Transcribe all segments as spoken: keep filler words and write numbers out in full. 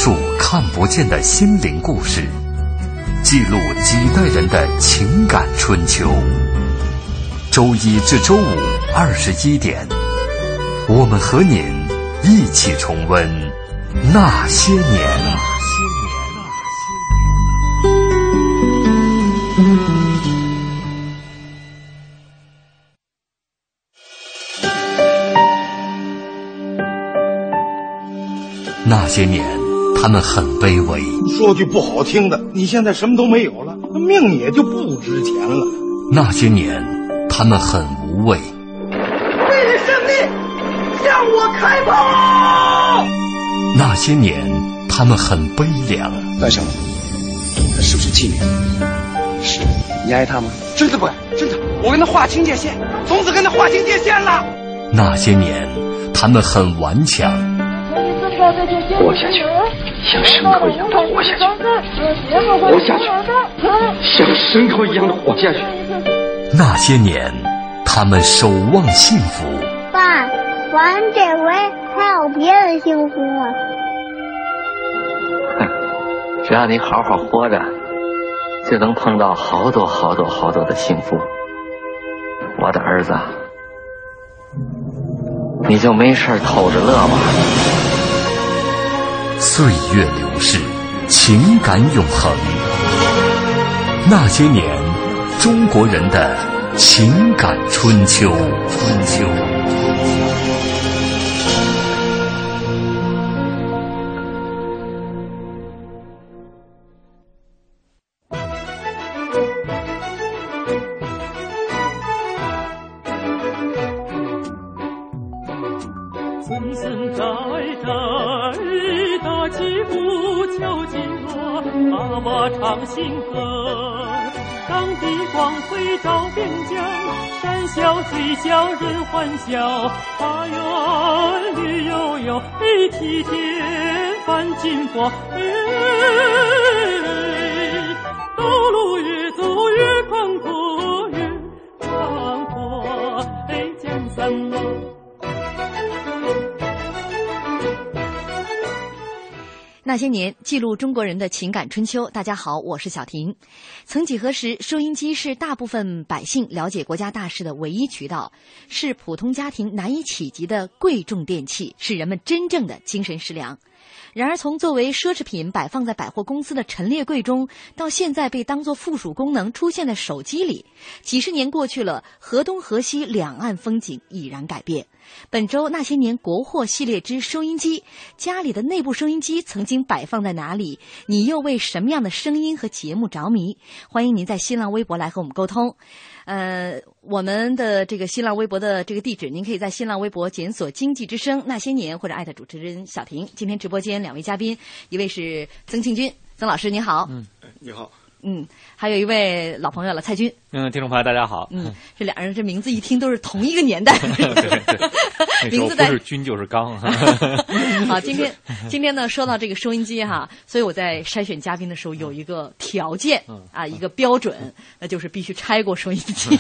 述看不见的心灵故事，记录几代人的情感春秋。周一至周五二十一点，我们和您一起重温那些年。那些年，他们很卑微。 说句不好听的，你现在什么都没有了，命也就不值钱了。 那些年，他们很无畏。 为了生命，向我开炮！ 那些年，他们很悲凉。 大小，她是不是妓女？是。你爱她吗？ 真的不爱，真的。我跟她划清界限，从此跟她划清界限了。 那些年，他们很顽强。 活下去，像牲口一样的活下去，活下去，像牲口一样的活下去。 那些年，他们守望幸福。 爸，咱这回还有别的幸福吗？ 只要你好好活着，就能碰到好多好多好多的幸福。我的儿子，你就没事偷着乐吧。 岁月流逝，情感永恒。那些年，中国人的情感春秋。春秋。 层层代代。大起不求经箩，爸爸唱新歌。当地光辉照边疆，山笑嘴笑人欢笑。花园绿油油，一梯田翻金波。哎，道路越走越宽阔，越宽阔。哎，江山路。 那些年，记录中国人的情感春秋。大家好，我是小婷。曾几何时，收音机是大部分百姓了解国家大事的唯一渠道，是普通家庭难以企及的贵重电器，是人们真正的精神食粮。然而，从作为奢侈品摆放在百货公司的陈列柜中，到现在被当作附属功能出现在手机里，几十年过去了，河东河西两岸风景已然改变。本周那些年国货系列之收音机，家里的内部收音机曾经摆放在哪里？你又为什么样的声音和节目着迷？欢迎您在新浪微博来和我们沟通。呃，我们的这个新浪微博的这个地址，您可以在新浪微博检索经济之声那些年，或者艾特主持人小婷。今天直播间两位嘉宾，一位是曾庆军，曾老师您好。 嗯，你好。 嗯，还有一位老朋友了，蔡军。 嗯，听众朋友大家好。 嗯，这俩人这名字一听都是同一个年代。 对对，名字不是军就是刚。 好，今天今天呢，说到这个收音机哈，所以我在筛选嘉宾的时候有一个条件啊，一个标准，那就是必须拆过收音机。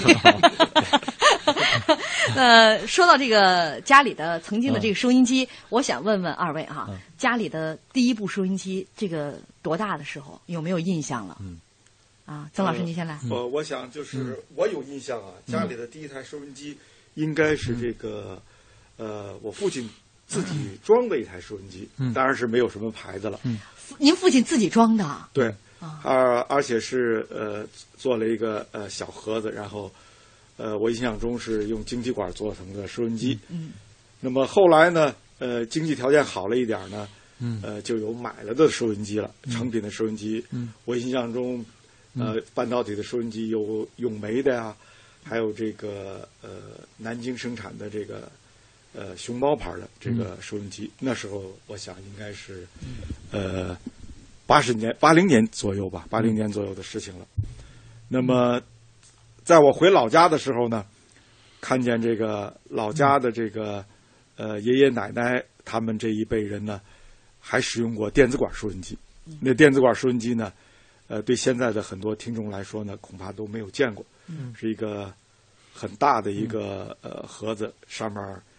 那说到这个家里的曾经的这个收音机，我想问问二位哈，家里的第一部收音机这个多大的时候有没有印象了？嗯。啊，曾老师，您先来。 我、呃、我想就是我有印象啊，家里的第一台收音机应该是这个，呃，我父亲自己装的一台收音机，嗯、当然是没有什么牌子了。 嗯，您父亲自己装的？ 对，啊，而而且是呃做了一个呃小盒子，然后呃我印象中是用晶体管做成的收音机。嗯，那么后来呢，呃经济条件好了一点呢，嗯，呃就有买了的收音机了，成品的收音机。嗯，我印象中。呃，半导体的收音机有永煤的呀，还有这个呃南京生产的这个呃熊猫牌的这个收音机。嗯、那时候我想应该是呃八十年八零年左右吧，八零年左右的事情了。那么在我回老家的时候呢，看见这个老家的这个呃爷爷奶奶他们这一辈人呢，还使用过电子管收音机。那电子管收音机呢？呃，对现在的很多听众来说呢，恐怕都没有见过。嗯，是一个很大的一个、嗯、呃盒子，上面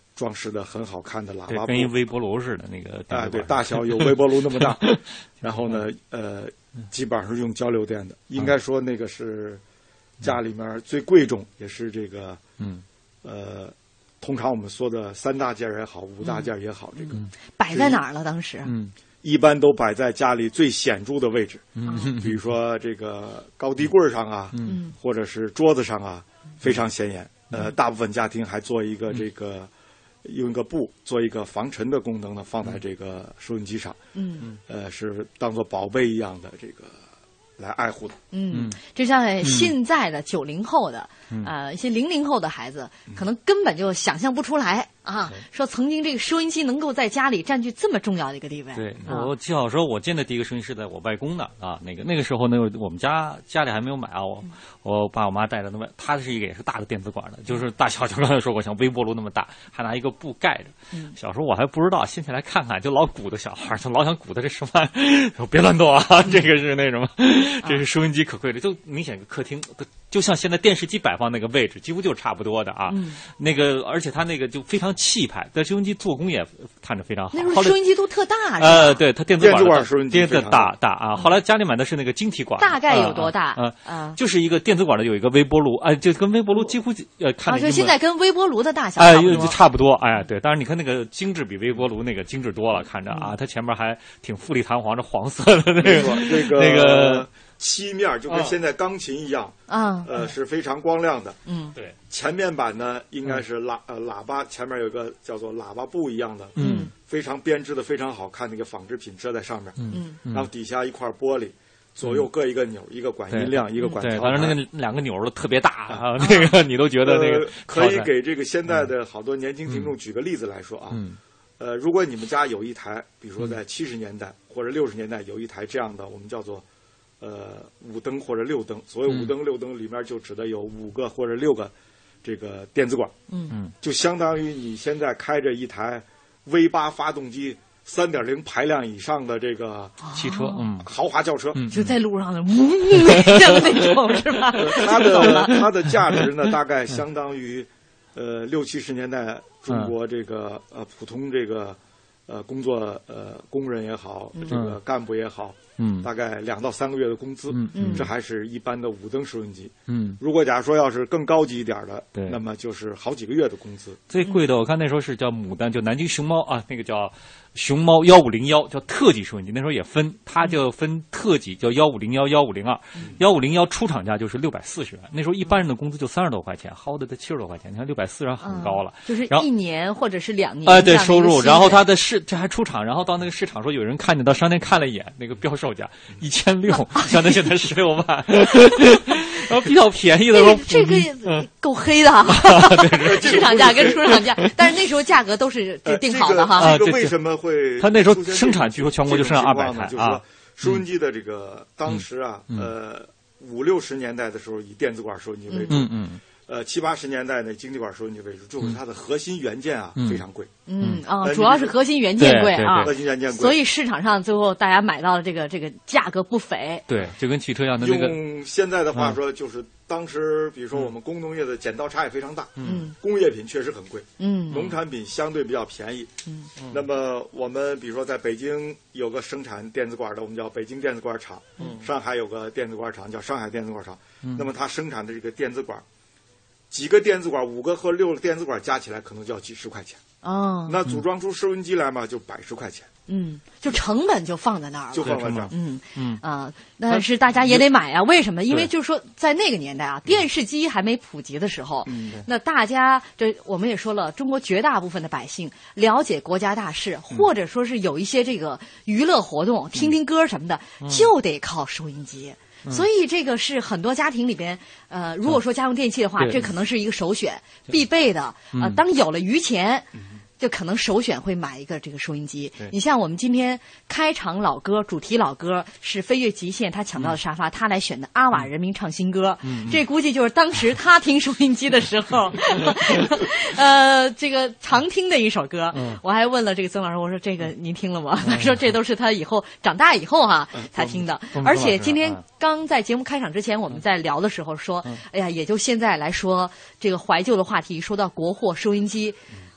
装饰的很好看的喇叭布， 跟一微波炉似的那个啊、呃，对，大小有微波炉那么大。然后呢，呃，基本上是用交流电的，应该说那个是家里面最贵重，也是这个， 嗯， 呃，通常我们说的三大件也好，五大件也好，这个、 嗯、摆在哪儿了？当时， 嗯， 一般都摆在家里最显著的位置，嗯，比如说这个高低柜上啊， 嗯， 或者是桌子上啊，非常显眼。呃，大部分家庭还做一个这个。用一个布做一个防尘的功能呢，放在这个收音机上， 嗯， 呃，是当做宝贝一样的这个来爱护的。 嗯，就像现在的九零后的，嗯、呃，一些零零后的孩子，嗯、可能根本就想象不出来啊，说曾经这个收音机能够在家里占据这么重要的一个地位。 对， 啊、 我记得小时候我见的第一个收音机是在我外公的啊，那个那个时候呢，我们家家里还没有买啊，我、嗯、我爸我妈带着那么，它是一个也是大的电子管的，就是大小就刚才说过，像微波炉那么大，还拿一个布盖着。嗯、小时候我还不知道，现在来看看，就老鼓的小孩就老想鼓的这什么，别乱动啊，这个是那什么，这是收音机可贵的，就明显客厅就像现在电视机摆放那个位置，几乎就差不多的啊。嗯、那个而且它那个就非常气派，但收音机做工也看着非常好。 那时候收音机都特大， 呃，对，它电子管电子管收音机电子大大啊。后来家里买的是那个晶体管， 大概有多大？ 啊，啊就是一个电子管的有一个微波炉，哎、呃，就跟微波炉几乎呃看着、啊、 就现在跟微波炉的大小差不多， 哎，差不多，哎，对。当然你看那个精致比微波炉那个精致多了，看着啊，它前面还挺富丽堂皇的黄色的那个那个那个。 漆面就跟现在钢琴一样啊， 呃，是非常光亮的。 嗯， 对。 前面板呢，应该是喇呃喇叭前面有一个叫做喇叭布一样的， 嗯， 非常编织的非常好看的一个纺织品遮在上面， 嗯， 然后底下一块玻璃，左右各一个钮，一个管音量，一个管调。 对，反正那个两个钮都特别大啊，那个你都觉得那个可以给这个现在的好多年轻听众举个例子来说啊， 嗯， 呃，如果你们家有一台，比如说在七十年代或者六十年代有一台这样的，我们叫做。呃，五灯或者六灯，所谓五灯、嗯、六灯里面就指的有五个或者六个这个电子管， 嗯嗯， 就相当于你现在开着一台 V 八发动机三点零排量以上的这个汽车，嗯， 豪华轿车， 嗯、就在路上的嗡这样那种是吧？ 它的它的价值呢，大概相当于呃六七十年代中国这个呃普通这个呃工作呃工人也好，这个干部也好。 嗯， 大概两到三个月的工资， 嗯嗯， 这还是一般的五灯收音机。 嗯， 如果假如说要是更高级一点的， 对， 那么就是好几个月的工资。 最贵的我看那时候是叫牡丹，就南京熊猫啊，那个叫熊猫幺五零幺，叫特级收音机。那时候也分，它就分特级，叫幺五零幺、幺五零二，幺五零幺出厂价就是六百四十元。那时候一般人的工资就三十多块钱，薅的才七十多块钱。你看六百四十很高了， 嗯、就是一年或者是两年。 哎、呃，对，收入。然后它的市这还出厂，然后到那个市场说有人看见到商店看了一眼，那个标售价一千六，相当于现在十六万。然后比较便宜的时候， 这个够黑的啊！市场价跟出厂价，但是那时候价格都是定好的哈。 呃这个为什么会？ 他那时候生产据说全国就剩下二百台啊。收音机的这个当时啊，呃，五六十年代的时候以电子管收音机为主， 嗯嗯。 呃，七八十年代呢，晶体管收音机为主，就是它的核心元件啊、 嗯、 非常贵。 嗯啊、呃，主要是核心元件贵啊， 核心元件贵， 所以市场上最后大家买到的这个这个价格不菲。 对，就跟汽车一样的那个。 用现在的话说，就是当时比如说我们工农业的剪刀差也非常大， 嗯， 工业品确实很贵， 嗯， 农产品相对比较便宜， 嗯。 那么我们比如说在北京有个生产电子管的，我们叫北京电子管厂； 嗯， 上海有个电子管厂叫上海电子管厂。 嗯， 那么它生产的这个电子管。几个电子管，五个和六个电子管加起来可能就要几十块钱。 哦， 那组装出收音机来嘛，就百十块钱。 嗯，就成本就放在那儿了， 就放在那儿。 嗯嗯啊，但是大家也得买啊。为什么？因为就是说，在那个年代啊，电视机还没普及的时候， 嗯， 那大家这我们也说了，中国绝大部分的百姓了解国家大事，或者说是有一些这个娱乐活动，听听歌什么的，就得靠收音机。所以这个是很多家庭里边，呃，如果说家用电器的话，这可能是一个首选必备的。呃，当有了余钱，就可能首选会买一个这个收音机。你像我们今天开场老歌、主题老歌是飞跃极限，他抢到的沙发，他来选的阿瓦人民唱新歌，这估计就是当时他听收音机的时候，呃，这个常听的一首歌。我还问了这个曾老师，我说这个您听了吗？他说这都是他以后长大以后哈才听的。而且今天刚在节目开场之前，我们在聊的时候说，哎呀，也就现在来说这个怀旧的话题，说到国货收音机。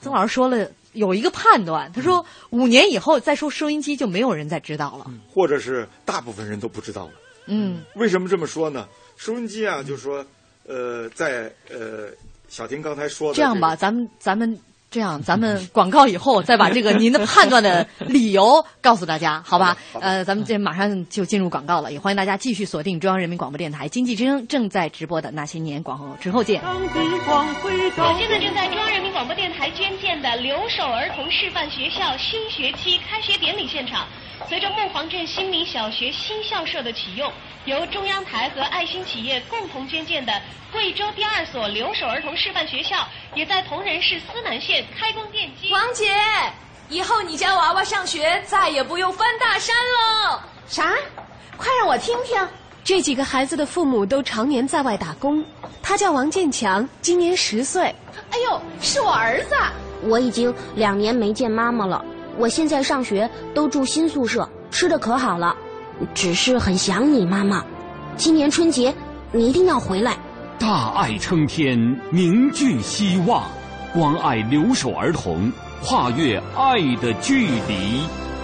曾老师说了有一个判断，他说五年以后再说收音机就没有人再知道了， 嗯、或者是大部分人都不知道了。 嗯， 为什么这么说呢？收音机啊，就是说，呃，在呃，小婷刚才说的、这个， 这样吧，咱们咱们。这样，咱们广告以后再把这个您的判断的理由告诉大家，好吧？呃，咱们这马上就进入广告了，也欢迎大家继续锁定中央人民广播电台经济之声正在直播的那些年，广告之后见。 我现在正在中央人民广播电台捐建的留守儿童示范学校新学期开学典礼现场，随着木黄镇新民小学新校舍的启用，由中央台和爱心企业共同捐建的贵州第二所留守儿童示范学校，也在铜仁市思南县开工奠基。 王姐，以后你家娃娃上学再也不用翻大山喽。 啥？快让我听听。这几个孩子的父母都常年在外打工。他叫王建强，今年十岁。 哎呦，是我儿子。 我已经两年没见妈妈了。我现在上学都住新宿舍，吃的可好了，只是很想你妈妈。今年春节你一定要回来。 大爱撑天，凝聚希望，关爱留守儿童，跨越爱的距离。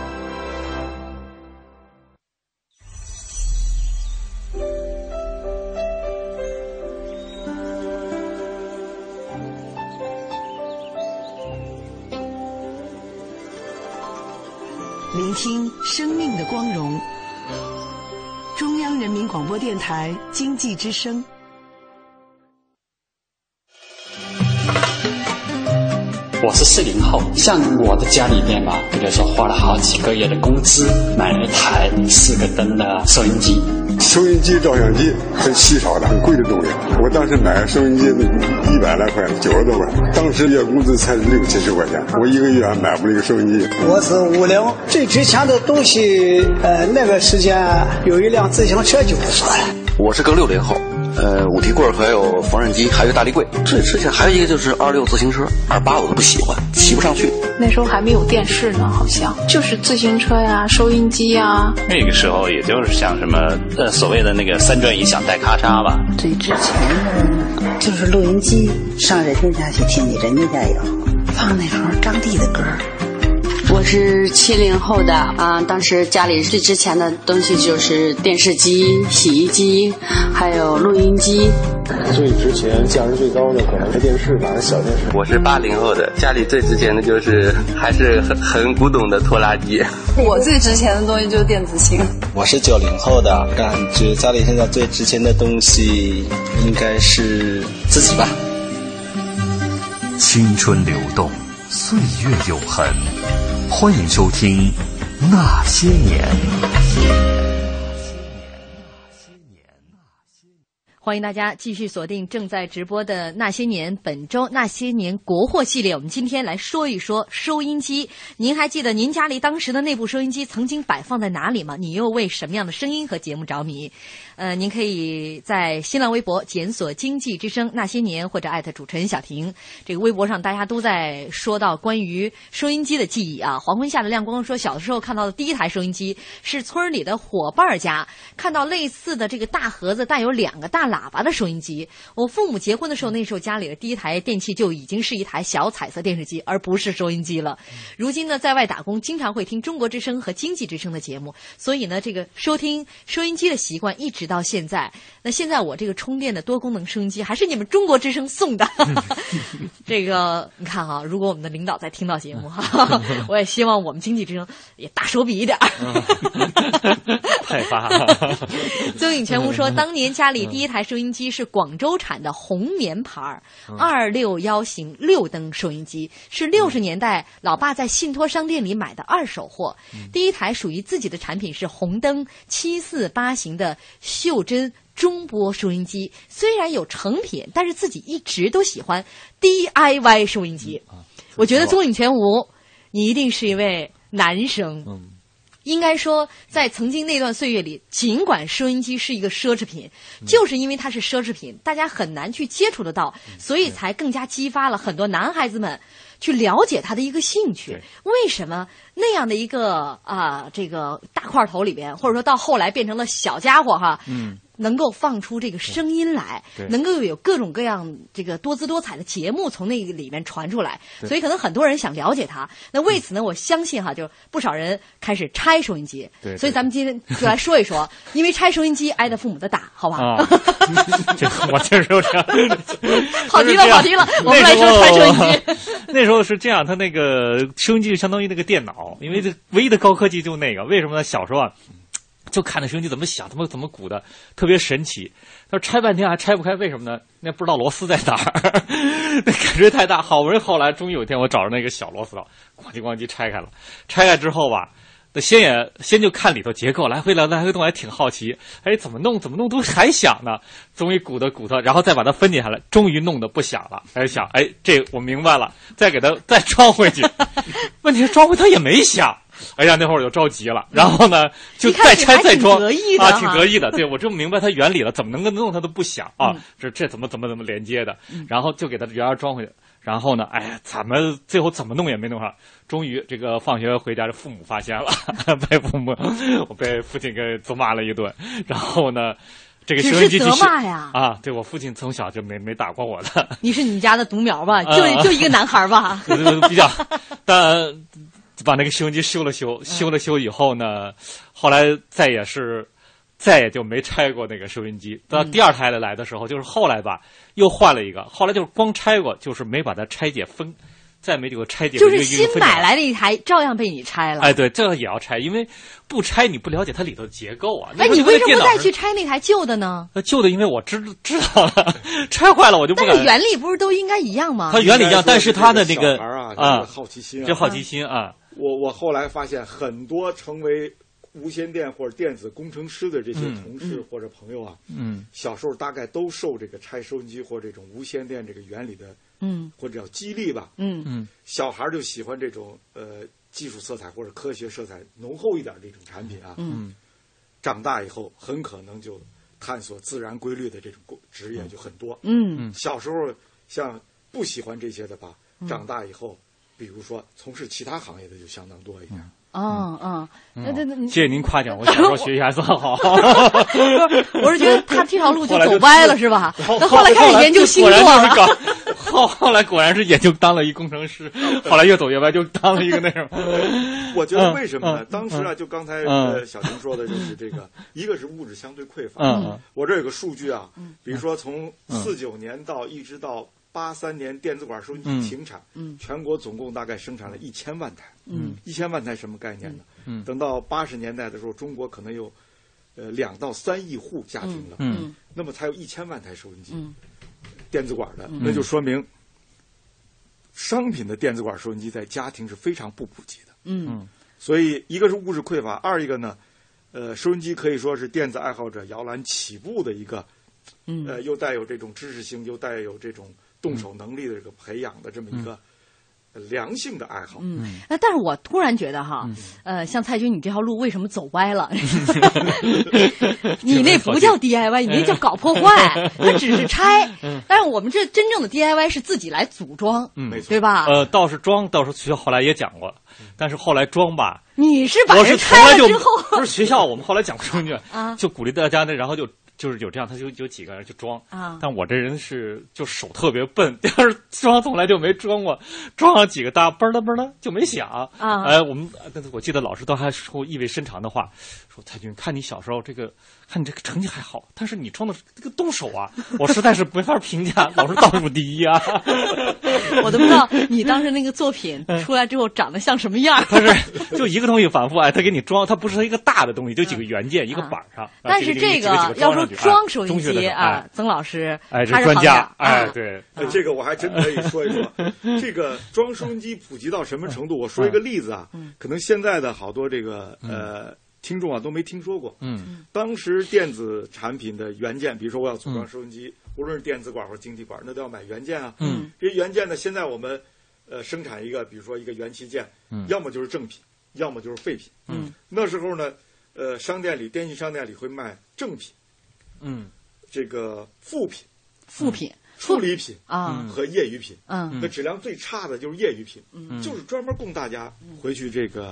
聆听生命的光荣。中央人民广播电台经济之声。 我是四零后，像我的家里边嘛，比如说花了好几个月的工资买了一台四个灯的收音机。 收音机、照相机很稀少的、很贵的东西。我当时买收音机一百来块，九十多块，当时月工资才六七十块钱，我一个月还买不了一个收音机。 我是五零，最值钱的东西，呃，那个时间有一辆自行车就不错了。 我是个六零后。呃，五提棍还有缝纫机，还有大立柜。最值钱还有一个就是二六自行车，二八我都不喜欢，骑不上去。 那时候还没有电视呢，好像就是自行车呀、收音机呀。 那个时候也就是像什么呃所谓的那个三转一响带咔嚓吧。 最值钱的就是录音机，上人家家去听去，人家家有放那时候张帝的歌。 我是七零后的啊，当时家里最值钱的东西就是电视机、洗衣机，还有录音机。 最值钱、价值最高的可能是电视吧，小电视。 我是八零后的，家里最值钱的就是还是很很古董的拖拉机。 我最值钱的东西就是电子琴。 我是九零后的，感觉家里现在最值钱的东西应该是自己吧。 青春流动，岁月永恒。欢迎收听《那些年》。 欢迎大家继续锁定正在直播的《那些年》，本周《那些年》国货系列，我们今天来说一说收音机。您还记得您家里当时的那部收音机曾经摆放在哪里吗？你又为什么样的声音和节目着迷？呃，您可以在新浪微博检索经济之声那些年，或者艾特主持人小婷。这个微博上大家都在说到关于收音机的记忆啊。黄昏下的亮光说，小的时候看到的第一台收音机是村里的伙伴家看到类似的这个大盒子带有两个大喇叭的收音机。我父母结婚的时候，那时候家里的第一台电器就已经是一台小彩色电视机，而不是收音机了。如今呢，在外打工，经常会听中国之声和经济之声的节目，所以呢，这个收听收音机的习惯一直到现在。那现在我这个充电的多功能收音机还是你们中国之声送的。这个你看哈，如果我们的领导在听到节目哈，我也希望我们经济之声也大手笔一点。 太发了。 邹颖全无说，当年家里第一台收音机是广州产的红棉牌二六幺型六灯收音机，是六十年代老爸在信托商店里买的二手货。第一台属于自己的产品是红灯七四八型的袖珍中波收音机，虽然有成品，但是自己一直都喜欢 D I Y 收音机。我觉得邹颖全无，你一定是一位男生。应该说，在曾经那段岁月里，尽管收音机是一个奢侈品，就是因为它是奢侈品，大家很难去接触得到，所以才更加激发了很多男孩子们去了解它的一个兴趣。为什么那样的一个啊、呃，这个大块头里边，或者说到后来变成了小家伙哈，嗯， 能够放出这个声音来，能够有各种各样这个多姿多彩的节目从那个里面传出来，所以可能很多人想了解它。那为此呢，我相信哈，就不少人开始拆收音机。 对， 所以咱们今天就来说一说，因为拆收音机挨的父母的打，好吧？ 啊，这我确实有这样。 跑题了，跑题了，我们来说拆收音机。 那时候是这样，它那个收音机就相当于那个电脑，因为这唯一的高科技就那个。为什么呢？小时候啊。就看那收音机怎么响，他们怎么鼓的，特别神奇。他说拆半天还拆不开，为什么呢？那不知道螺丝在哪儿，那感觉太大。好不容易后来终于有一天我找着那个小螺丝了，咣叽咣叽拆开了。拆开之后吧，那先也先就看里头结构，来回来来回动，还挺好奇。哎，怎么弄怎么弄都还响呢？终于鼓的鼓它，然后再把它分解下来，终于弄得不响了。还想，哎，这我明白了，再给它再装回去。问题是装回它也没响。哎呀，那会儿我就着急了，然后呢，就再拆再装啊，挺得意的。对，我就明白它原理了，怎么能够弄它都不响啊？嗯、这这怎么怎么怎么连接的？嗯、然后就给它原样装回去。然后呢，哎呀，怎么最后怎么弄也没弄上。终于这个放学回家，这父母发现了，被父母我被父亲给责骂了一顿。然后呢，这个收音机责骂呀啊，对我父亲从小就没没打过我的。 你是你们家的独苗吧？就、呃、就一个男孩吧？ 比较，但。把那个收音机修了修，修了修以后呢，后来再也是，再也就没拆过那个收音机。到第二台的来的时候，就是后来吧，又换了一个，后来就是光拆过，就是没把它拆解分，再没这个拆解。 就是新买来的一台，照样被你拆了。 哎，对，这个也要拆，因为不拆你不了解它里头的结构啊。 哎，你为什么不再去拆那台旧的呢？ 旧的，因为我知知道了，拆坏了我就不敢。 但是原理不是都应该一样吗？ 它原理一样，但是它的那个啊， 啊， 好奇心啊， 这好奇心啊。 我我后来发现，很多成为无线电或者电子工程师的这些同事或者朋友啊， 嗯， 小时候大概都受这个拆收音机或者这种无线电这个原理的， 嗯， 或者叫激励吧， 嗯嗯， 小孩就喜欢这种呃技术色彩或者科学色彩浓厚一点这种产品啊， 嗯， 长大以后很可能就探索自然规律的这种职业就很多， 嗯， 小时候像不喜欢这些的吧，长大以后。比如说，从事其他行业的就相当多一点。 哦哦，那那那， 谢谢您夸奖，我小时候学习还算好。 我是觉得他这条路就走歪了，是吧？那后来开始研究星座了。 后后来果然是研究当了一工程师，后来越走越歪，就当了一个那种。 我觉得为什么呢？当时啊，就刚才呃小婷说的，就是这个，一个是物质相对匮乏。 嗯， 我这有个数据啊，比如说从四九年到一直到。八三年电子管收音机停产， 嗯， 全国总共大概生产了一千万台， 嗯， 一千万台什么概念呢？ 嗯， 等到八十年代的时候，中国可能有，呃，两到三亿户家庭了， 嗯， 那么才有一千万台收音机， 嗯， 电子管的，那就说明，商品的电子管收音机在家庭是非常不普及的， 嗯， 所以一个是物质匮乏，二一个呢，呃，收音机可以说是电子爱好者摇篮起步的一个， 嗯， 呃，又带有这种知识性，又带有这种。动手能力的这个培养的这么一个良性的爱好。 嗯，那但是我突然觉得哈，嗯、呃，像蔡军，你这条路为什么走歪了？你那不叫 D I Y， 你那叫搞破坏，它只是拆。 嗯、 但是我们这真正的 D I Y 是自己来组装， 嗯， 没错， 对吧？ 呃，倒是装，倒是学校后来也讲过，但是后来装吧， 你是把人拆了之后， 不是学校，我们后来讲过出去啊， 就鼓励大家呢，然后就。就是有这样，他就有几个人去装啊， 但我这人是就手特别笨，但是装从来就没装过，装上几个大嘣啦嘣啦就没响啊。 哎，我们但是我记得老师都还说意味深长的话，说蔡军，看你小时候这个，看你这个成绩还好，但是你装的这个动手啊，我实在是没法评价，老师倒数第一啊。 我都不知道你当时那个作品出来之后长得像什么样。 他是就一个东西反复哎，他给你装，它不是一个大的东西，就几个元件、嗯、一个板上。啊、 但是这个要说装手音机啊，曾老师哎， 他是专家哎， 对， 这个我还真可以说一说。这个装收音机普及到什么程度？我说一个例子啊，可能现在的好多这个呃听众啊都没听说过。 嗯， 当时电子产品的元件，比如说我要组装收音机，无论是电子管或者晶体管，那都要买元件啊。 嗯， 这些元件呢，现在我们呃生产一个，比如说一个元器件，要么就是正品，要么就是废品。 嗯， 那时候呢，呃，商店里电信商店里会卖正品。 嗯。 这个副品、 副品、 处理品啊和业余品， 嗯， 那质量最差的就是业余品， 嗯， 就是专门供大家回去这个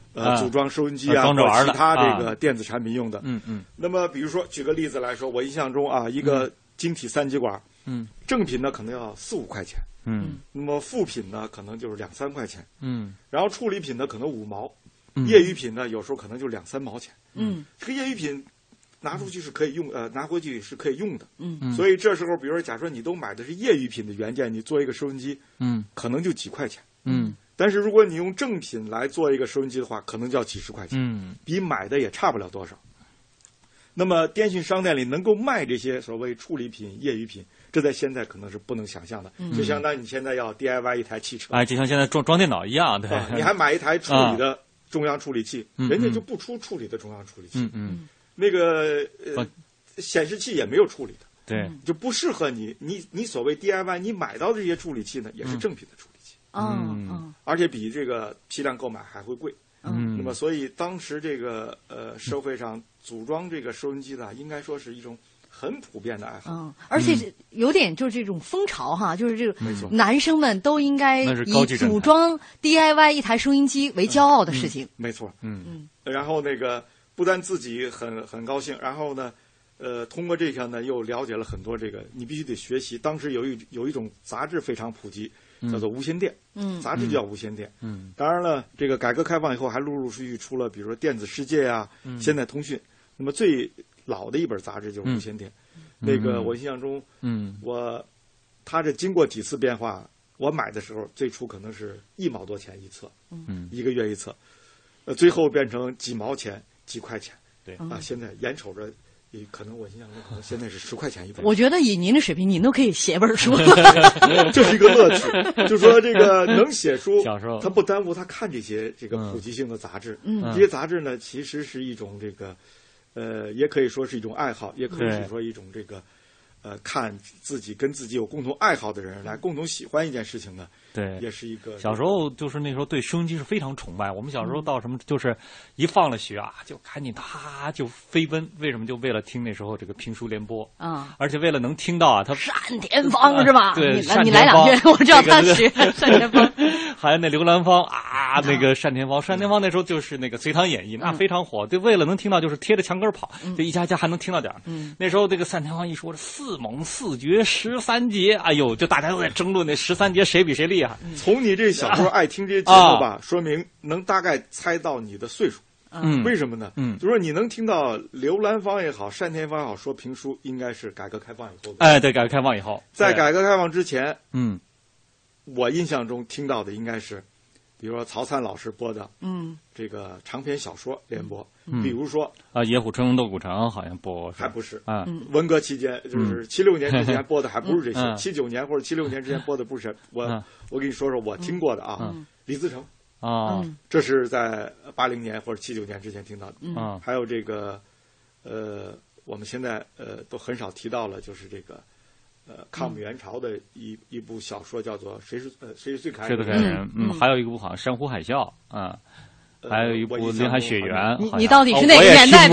呃，组装收音机啊， 装着玩或其他这个电子产品用的。 嗯嗯。 那么，比如说举个例子来说，我印象中啊，一个晶体三极管， 嗯， 正品呢可能要四五块钱， 嗯， 那么副品呢可能就是两三块钱， 嗯， 然后处理品呢可能五毛， 嗯、 业余品呢有时候可能就两三毛钱， 嗯， 这个业余品拿出去是可以用，呃，拿回去是可以用的， 嗯， 所以这时候，比如说，假设你都买的是业余品的原件，你做一个收音机， 嗯， 可能就几块钱， 嗯， 但是如果你用正品来做一个收音机的话，可能就要几十块钱， 嗯， 比买的也差不了多少。那么电信商店里能够卖这些所谓处理品、业余品，这在现在可能是不能想象的， 嗯、 就相当于你现在要 D I Y 一台汽车， 哎，就像现在装装电脑一样，对、 啊，你还买一台处理的中央处理器， 啊、 人家就不出处理的中央处理器， 嗯嗯， 那个呃。显示器也没有处理的， 对， 就不适合你。你你所谓 D I Y， 你买到的这些处理器呢，也是正品的处理器， 嗯嗯， 而且比这个批量购买还会贵， 嗯。 那么，所以当时这个呃社会上组装这个收音机呢，应该说是一种很普遍的爱好， 嗯，而且有点就是这种风潮哈，就是这没错， 个男生们都应该以组装 D I Y 一台收音机为骄傲的事情， 嗯、没错， 嗯嗯， 然后那个不但自己很很高兴，然后呢。呃，通过这个呢，又了解了很多这个，你必须得学习。当时有一有一种杂志非常普及，叫做无线电， 嗯， 杂志叫无线电， 嗯。 当然了，这个改革开放以后，还陆陆续续出了，比如说《电子世界》啊， 嗯， 现代通讯。那么最老的一本杂志就是无线电， 嗯、 那个我印象中， 嗯， 我它这经过几次变化，我买的时候最初可能是一毛多钱一册， 嗯， 一个月一册，呃，最后变成几毛钱、几块钱， 对啊，现在眼瞅着。也可能我印象中，可能现在是十块钱一本。 我觉得以您的水平，您都可以写本书。 这是一个乐趣，就说这个能写书， 小时候他不耽误他看这些这个普及性的杂志。 嗯， 这些杂志呢，其实是一种这个，呃，也可以说是一种爱好，也可以是说一种这个，呃，看自己跟自己有共同爱好的人来共同喜欢一件事情呢。 对， 也是一个小时候就是那时候对收音机是非常崇拜。我们小时候到什么就是一放了学啊，就赶紧他就飞奔。为什么？就为了听那时候这个评书联播啊， 而且为了能听到啊，他单田芳是吧？ 对， 你你来两句，我知道他学单田芳。 还有那刘兰芳啊，那个单田芳，单田芳那时候就是那个《隋唐演义》，那非常火。就为了能听到，就是贴着墙根跑，就一家家还能听到点儿。那时候这个单田芳一说四猛四绝十三节，哎呦，就大家都在争论那十三节谁比谁厉害。 从你这小时候爱听这些节目吧，说明能大概猜到你的岁数。 嗯， 为什么呢？ 嗯， 就说你能听到刘兰芳也好，单田芳也好说评书，应该是改革开放以后的。 哎，对，改革开放以后， 在改革开放之前， 嗯， 我印象中听到的应该是，比如说曹灿老师播的， 嗯， 这个长篇小说联播， 嗯、 比如说啊，《野虎春风斗古城》好像播， 还不是啊， 文革期间就是七六年之前播的，还不是这些，七九、 嗯、 年或者七六年之前播的不是。我、嗯、我跟你说说我听过的啊， 嗯、 李自成。 啊、 嗯，这是在八零年或者七九年之前听到的。 嗯， 还有这个，呃，我们现在呃都很少提到了，就是这个，呃，抗美援朝的一、嗯、一部小说叫做《谁是呃谁是最可爱的人》。 谁是最可爱的人？嗯，还有一部好像《珊瑚海啸》啊。还有一部《林海雪原》， 你你到底是哪个年代的？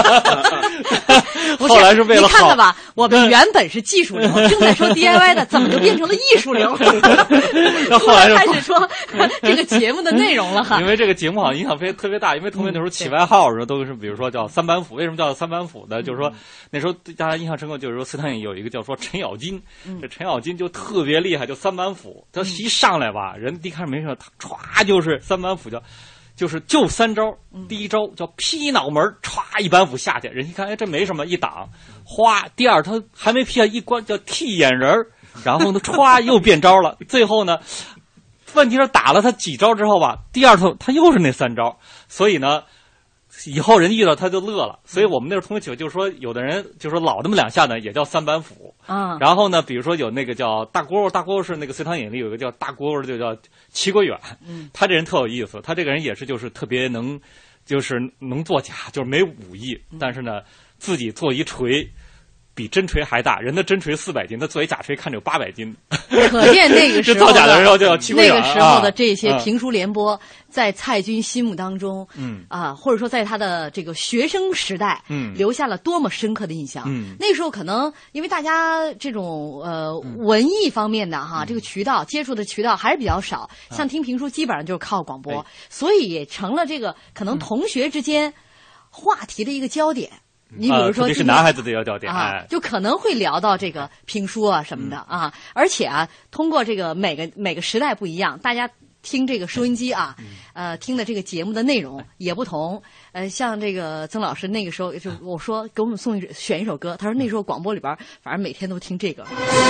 后来是为了你看到吧？我们原本是技术流，正在说 D I Y 的，怎么就变成了艺术流？ 那后来开始说这个节目的内容了哈。 因为这个节目好像影响非特别大，因为同学那时候起外号的时候都是，比如说叫三板斧。为什么叫三板斧呢？就是说那时候大家印象深刻，就是说斯坦有一个叫说陈咬金，这陈咬金就特别厉害，就三板斧。他一上来吧，人一看没事，他歘就是三板斧叫。就是就三招，第一招叫劈脑门，歘一板斧下去，人一看，哎，这没什么，一挡，哗，第二他还没劈下，一关叫剃眼人，然后呢，歘又变招了，最后呢，问题是打了他几招之后吧，第二套他又是那三招，所以呢。以后人遇到他就乐了，所以我们那时候同学起来就是说，有的人就说老那么两下呢，也叫三板斧啊。 然后呢，比如说有那个叫大蝈蝈，大蝈蝈是那个《隋唐演义》里有一个叫大蝈蝈，就叫齐国远。 嗯， 他这人特有意思，他这个人也是就是特别能，就是能作假，就是没武艺，但是呢，自己做一锤， 比针锤还大，人的针锤四百斤，他作为假锤看着有八百斤， 可见那个时候造假的时候就要欺负人。 那个时候的这些评书联播，在蔡军心目当中， 嗯啊，或者说在他的这个学生时代， 嗯， 留下了多么深刻的印象。 嗯， 那时候可能因为大家这种呃文艺方面的哈，这个渠道接触的渠道还是比较少，像听评书基本上就是靠广播，所以也成了这个可能同学之间话题的一个焦点。你比如说， 特别是男孩子的要焦点啊，就可能会聊到这个评书啊什么的啊，而且啊，通过这个每个每个时代不一样，大家听这个收音机啊，呃，听的这个节目的内容也不同。呃，像这个曾老师那个时候，就我说给我们送一选一首歌，他说那时候广播里边反正每天都听这个。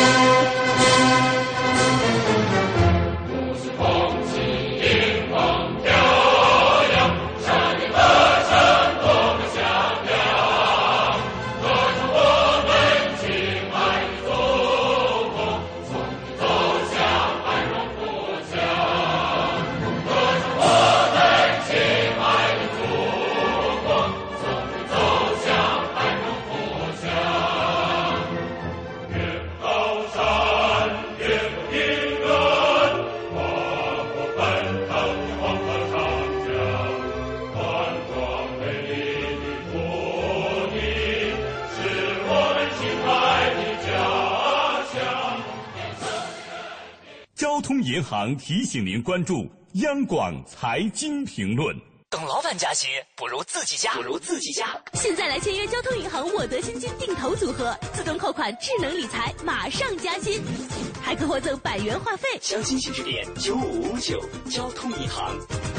交通银行提醒您关注央广财经评论。 等老板加薪，不如自己加，不如自己加。 现在来签约交通银行我得新金定投组合，自动扣款，智能理财，马上加薪，还可获赠百元话费。 详情请致电九五五九，交通银行。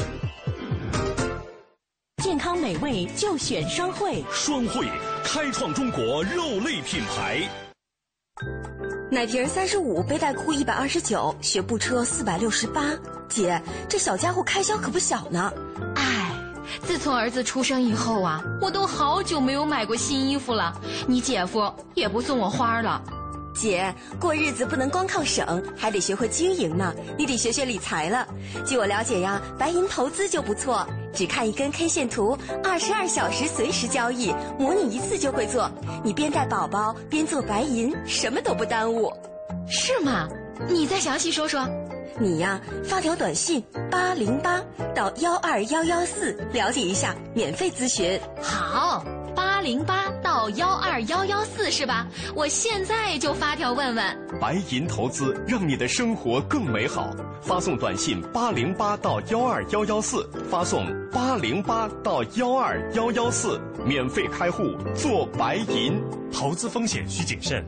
健康美味就选双汇， 双汇开创中国肉类品牌。 奶瓶三十五，背带裤一百二十九，学步车四百六十八。姐，这小家伙开销可不小呢。 哎，自从儿子出生以后啊，我都好久没有买过新衣服了。你姐夫也不送我花了。 姐，过日子不能光靠省，还得学会经营呢。你得学学理财了。据我了解呀，白银投资就不错，只看一根 K 线图，二十二小时随时交易，模拟一次就会做。你边带宝宝边做白银，什么都不耽误。 是吗？你再详细说说。 你呀，发条短信八零八到幺二幺幺四了解一下，免费咨询。 好，八零八到幺二幺幺四是吧？我现在就发条问问。 白银投资让你的生活更美好，发送短信八零八到幺二幺幺四，发送八零八到幺二幺幺四，免费开户做白银， 投资风险需谨慎。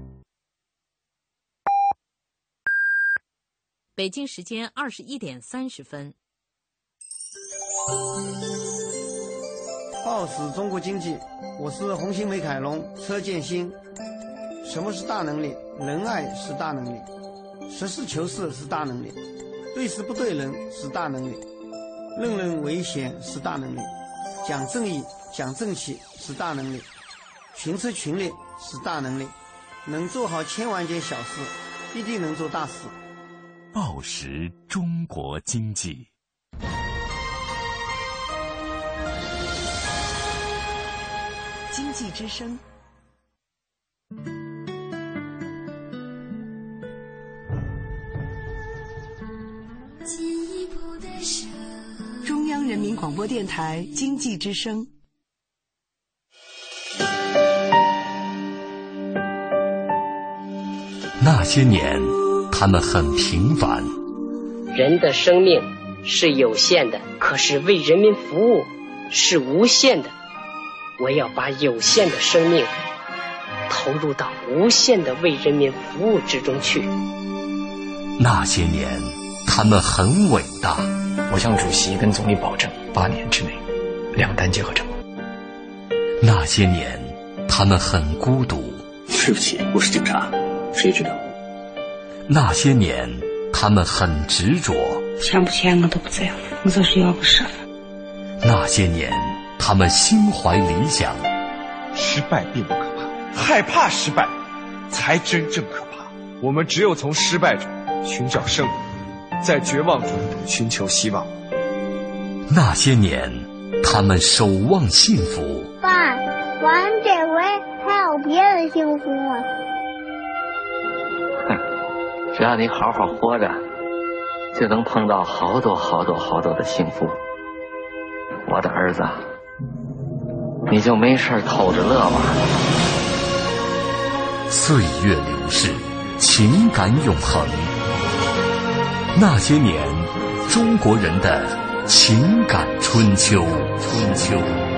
北京时间二十一点三十分。 报时中国经济，我是红星美凯龙车建新。什么是大能力？仁爱是大能力，实事求是是大能力，对事不对人是大能力，任人唯贤是大能力，讲正义讲正气是大能力，群策群力是大能力，能做好千万件小事，必定能做大事。 报时中国经济。 经济之声。中央人民广播电台经济之声。 那些年，他们很平凡。 人的生命是有限的，可是为人民服务是无限的。我要把有限的生命投入到无限的为人民服务之中去。 那些年，他们很伟大。 我向主席跟总理保证，八年之内两弹结合成功。 那些年，他们很孤独。 对不起，我是警察，谁知道？ 那些年，他们很执着。 钱不钱我都不在乎，我就是要个身份。 那些年，他们心怀理想。 失败并不可怕，害怕失败才真正可怕。我们只有从失败中寻找胜利，在绝望中寻求希望。 那些年，他们守望幸福。 But one day we have 有别的幸福吗？ 哼，只要你好好活着，就能碰到好多好多好多的幸福。我的儿子，你就没事偷着乐吧。 岁月流逝，情感永恒。那些年，中国人的情感春秋。春秋。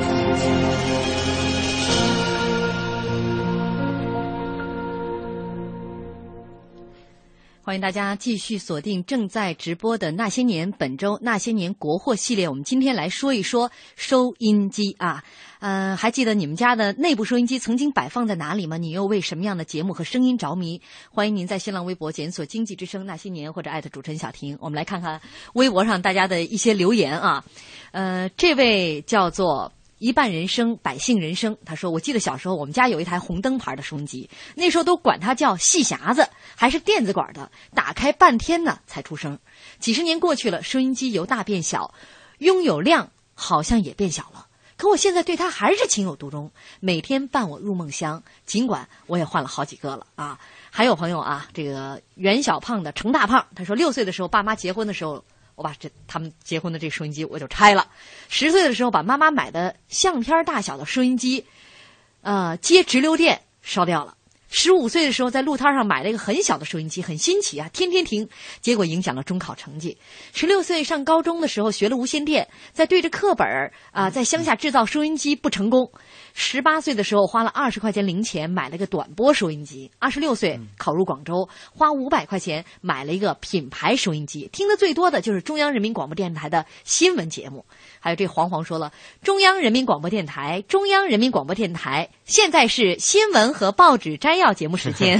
欢迎大家继续锁定正在直播的《那些年》，本周《那些年国货》系列，我们今天来说一说收音机啊。呃，还记得你们家的内部收音机曾经摆放在哪里吗？你又为什么样的节目和声音着迷？欢迎您在新浪微博检索“经济之声那些年”或者艾特主持人小婷。我们来看看微博上大家的一些留言啊。呃，这位叫做一半人生百姓人生，他说我记得小时候我们家有一台红灯牌的收音机，那时候都管它叫细匣子，还是电子管的，打开半天呢才出声。几十年过去了，收音机由大变小，拥有量好像也变小了，可我现在对它还是情有独钟，每天伴我入梦乡，尽管我也换了好几个了啊。还有朋友啊，这个袁小胖的程大胖，他说六岁的时候爸妈结婚的时候，我把这他们结婚的这收音机我就拆了。十岁的时候把妈妈买的相片大小的收音机，呃，接直流电烧掉了。十五岁的时候在路摊上买了一个很小的收音机，很新奇啊，天天听，结果影响了中考成绩。十六岁上高中的时候学了无线电，在对着课本啊、呃，在乡下制造收音机不成功。十八岁的时候花了二十块钱零钱买了个短波收音机。二十六岁考入广州，花五百块钱买了一个品牌收音机，听得最多的就是中央人民广播电台的新闻节目。还有这黄黄说了，中央人民广播电台，中央人民广播电台，现在是新闻和报纸摘要节目时间。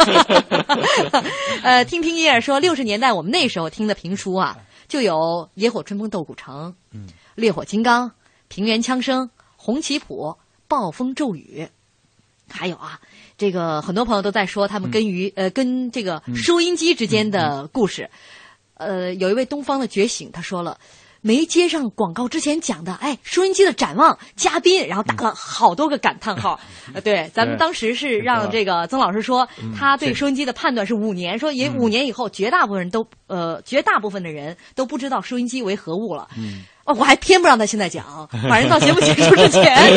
呃，听听叶儿说，六十年代我们那时候听的评书啊，就有《野火春风斗古城》、嗯，《烈火金刚》、《平原枪声》、《红旗谱》、《暴风骤雨》，还有啊，这个很多朋友都在说他们跟于、嗯、呃跟这个收音机之间的故事。嗯、呃，有一位东方的觉醒，他说了。没接上广告之前讲的，哎，收音机的展望嘉宾，然后打了好多个感叹号。呃，对，咱们当时是让这个曾老师说，他对收音机的判断是五年，说也五年以后，绝大部分人都呃，绝大部分的人都不知道收音机为何物了。嗯。哦，我还偏不让他现在讲，反正到节目结束之前，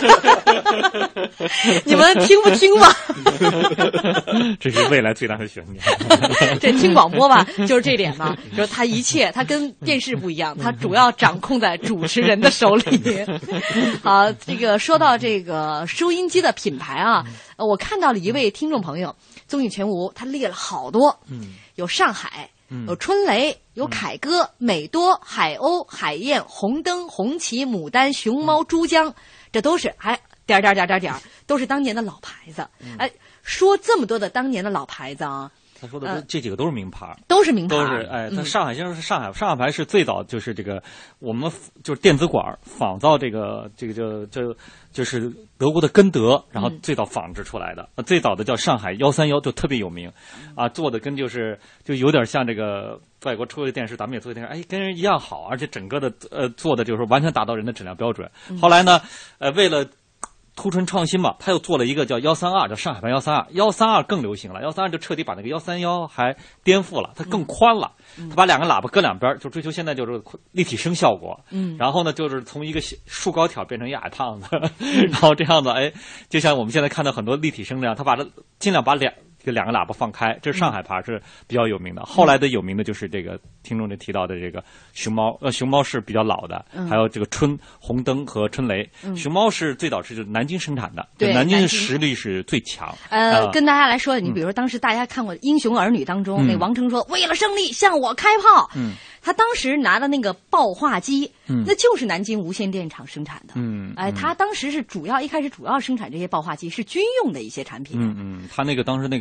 你们听不听吧？ 这是未来最大的悬念。 这听广播吧，就是这点嘛，就是他一切，他跟电视不一样，他主要掌控在主持人的手里。好，这个说到这个收音机的品牌啊，我看到了一位听众朋友，综艺全无，他列了好多，嗯，有上海。有春雷，有凯歌、嗯、美多、海鸥、海燕、红灯、红旗、牡丹、熊猫、珠江，这都是还点点点点点，都是当年的老牌子。嗯、哎，说这么多的当年的老牌子啊。 他说的都、呃、这几个都是名牌， 都是名牌， 都是哎。他上海先说是上海，上海牌是最早就是这个我们就是电子管仿造这个这个就就就是德国的根德，然后最早仿制出来的。嗯、最早的叫上海幺三幺，就特别有名，啊，做的跟就是就有点像这个外国出的电视，咱们也做的电视，哎，跟人一样好，而且整个的呃做的就是完全达到人的质量标准。嗯、后来呢，呃，为了突出创新嘛，他又做了一个叫幺三二，叫上海牌幺三二，幺三二更流行了，幺三二就彻底把那个幺三幺还颠覆了，它更宽了，嗯、他把两个喇叭搁两边，就追求现在就是立体声效果，嗯，然后呢就是从一个竖高挑变成一个矮胖子，嗯、然后这样子，哎，就像我们现在看到很多立体声那样，他把它尽量把两这两个喇叭放开，这是上海牌是比较有名的。后来的有名的就是这个听众这提到的这个熊猫，呃，熊猫是比较老的，嗯、还有这个春红灯和春雷。嗯、熊猫是最早是就是南京生产的，对，南京的实力是最强。 呃，呃跟大家来说，你比如说当时大家看过《英雄儿女》当中，嗯、那王成说：“为了胜利，向我开炮。”嗯。他当时拿的那个爆化机，嗯，那就是南京无线电厂生产的，嗯，哎，他当时是主要一开始主要生产这些爆化机，是军用的一些产品。 嗯嗯，他那个当时那个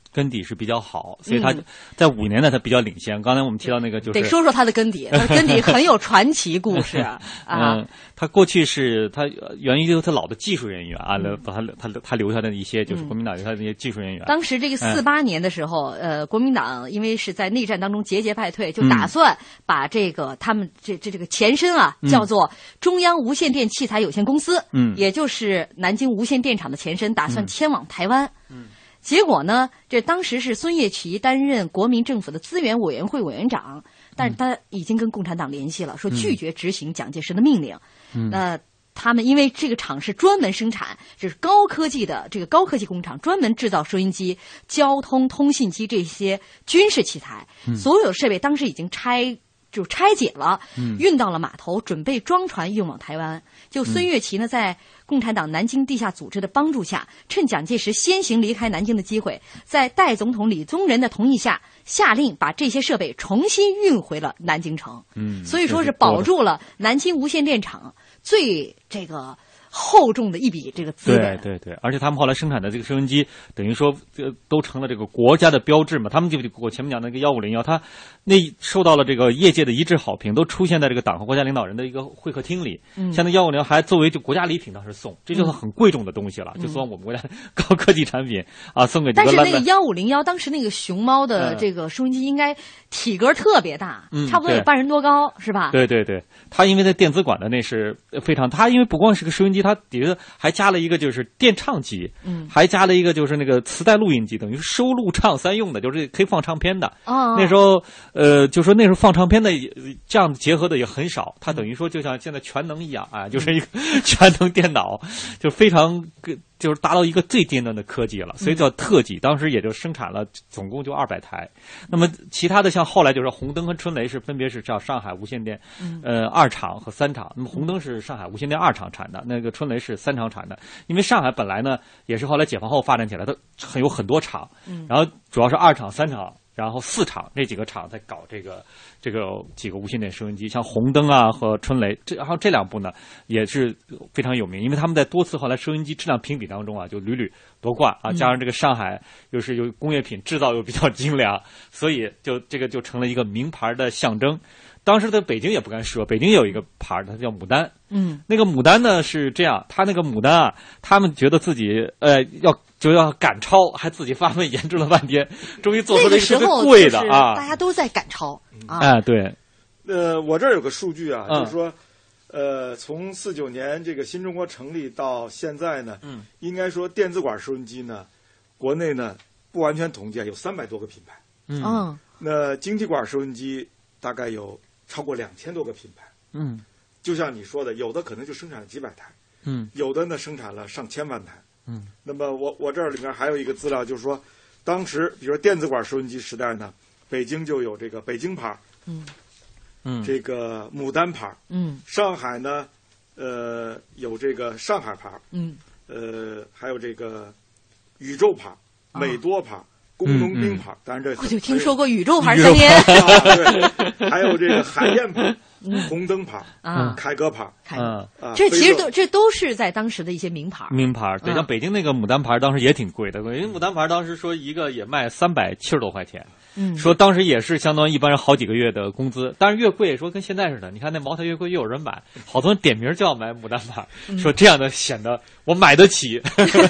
根底是比较好，所以它在五年呢，它比较领先。刚才我们提到那个，就是得说说它的根底，它的根底很有传奇故事啊。 嗯，他过去是他源于他老的技术人员啊，把他他他留下的一些就是国民党留下的那些技术人员。 当时这个四八年的时候，呃，国民党因为是在内战当中节节败退，就打算把这个他们这这这个前身啊，叫做中央无线电器材有限公司，嗯，也就是南京无线电厂的前身，打算迁往台湾，嗯。结果呢，这当时是孙岳祺担任国民政府的资源委员会委员长，但是他已经跟共产党联系了，说拒绝执行蒋介石的命令。嗯，那他们因为这个厂是专门生产，就是高科技的这个高科技工厂，专门制造收音机、交通通信机这些军事器材，嗯、所有设备当时已经拆。就拆解了，运到了码头，准备装船运往台湾。就孙岳祺呢，在共产党南京地下组织的帮助下，趁蒋介石先行离开南京的机会，在代总统李宗仁的同意下，下令把这些设备重新运回了南京城。嗯，所以说是保住了南京无线电厂最这个厚重的一笔这个资本。 对对对，而且他们后来生产的这个收音机，等于说这都成了这个国家的标志嘛。他们就我前面讲的那个幺五零幺，它那受到了这个业界的一致好评，都出现在这个党和国家领导人的一个会客厅里。嗯，像那幺五零还作为就国家礼品当时送，这就是很贵重的东西了，嗯、就送我们国家高科技产品啊，送给。 但是那个幺五零幺当时那个熊猫的这个收音机应该体格特别大，嗯、差不多有半人多高，是吧？ 对对对，它因为在电子管的那是非常，它因为不光是个收音机，它底下还加了一个就是电唱机，嗯，还加了一个就是那个磁带录音机，等于收录唱三用的，就是可以放唱片的。哦，那时候呃，就说那时候放唱片的这样结合的也很少，它等于说就像现在全能一样啊，就是一个全能电脑，就非常就是达到一个最尖端的科技了，所以叫特技。当时也就生产了总共就二百台。那么其他的像后来就是红灯和春雷是分别是叫上海无线电呃二厂和三厂。那么红灯是上海无线电二厂产的，那个春雷是三厂产的。因为上海本来呢也是后来解放后发展起来，它很有很多厂，然后主要是二厂、三厂。然后四厂这几个厂在搞这个这个几个无线电收音机，像红灯啊和春雷，这然后这两部呢也是非常有名，因为他们在多次后来收音机质量评比当中啊就屡屡夺冠啊，加上这个上海又是有工业品制造又比较精良，所以就这个就成了一个名牌的象征。当时在北京也不敢说，北京有一个牌，它叫牡丹。嗯，那个牡丹呢是这样，他那个牡丹啊，他们觉得自己呃要就要赶超，还自己发问研究了半天，终于做出了一个特别贵的啊！ 大家都在赶超啊！ 哎，对。 呃，我这儿有个数据啊，嗯、就是说，呃，从四九年这个新中国成立到现在呢，嗯，应该说电子管收音机呢，国内呢不完全统计有三百多个品牌。嗯，那晶体管收音机大概有超过两千多个品牌。嗯，就像你说的，有的可能就生产了几百台，嗯，有的呢生产了上千万台。嗯，那么我我这儿里面还有一个资料，就是说，当时比如说电子管收音机时代呢，北京就有这个北京牌，嗯嗯，这个牡丹牌，嗯，上海呢，呃，有这个上海牌，嗯，呃，还有这个宇宙牌、美多牌、工农兵牌，当然这我就听说过宇宙牌三年， 对，还有这个海燕牌。红灯牌啊，凯歌牌， 啊，这其实都这都是在当时的一些名牌。 名牌，对，像北京那个牡丹牌，当时也挺贵的，因为牡丹牌当时说一个也卖三百七十多块钱，嗯，说当时也是相当于一般人好几个月的工资。但是越贵，说跟现在似的，你看那茅台越贵越有人买，好多人点名就要买牡丹牌，说这样的显得我买得起。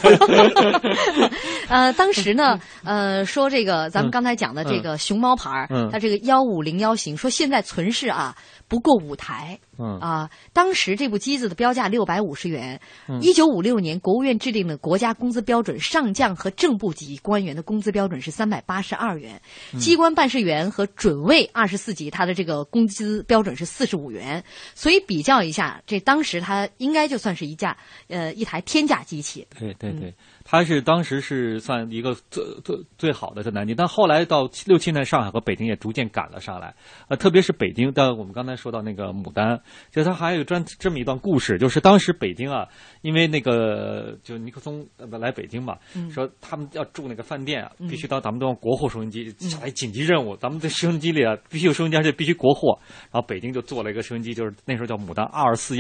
呃，当时呢，呃，说这个咱们刚才讲的这个熊猫牌，嗯，它这个幺五零幺型，说现在存世啊。不过五台，嗯啊，当时这部机子的标价六百五十元。一九五六年，国务院制定的国家工资标准，上将和正部级官员的工资标准是三百八十二元，嗯、机关办事员和准尉二十四级，他的这个工资标准是四十五元。所以比较一下，这当时它应该就算是一架呃一台天价机器。 对对对。嗯，它是当时是算一个最最最好的在南京，但后来到六七年，上海和北京也逐渐赶了上来。呃，特别是北京，但我们刚才说到那个牡丹，就它还有专这么一段故事，就是当时北京啊，因为那个就尼克松来北京嘛，嗯、说他们要住那个饭店啊，必须到咱们都用国货收音机，下来紧急任务，咱们这收音机里啊必须有收音机，而且必须国货。然后北京就做了一个收音机，就是那时候叫牡丹二二四幺。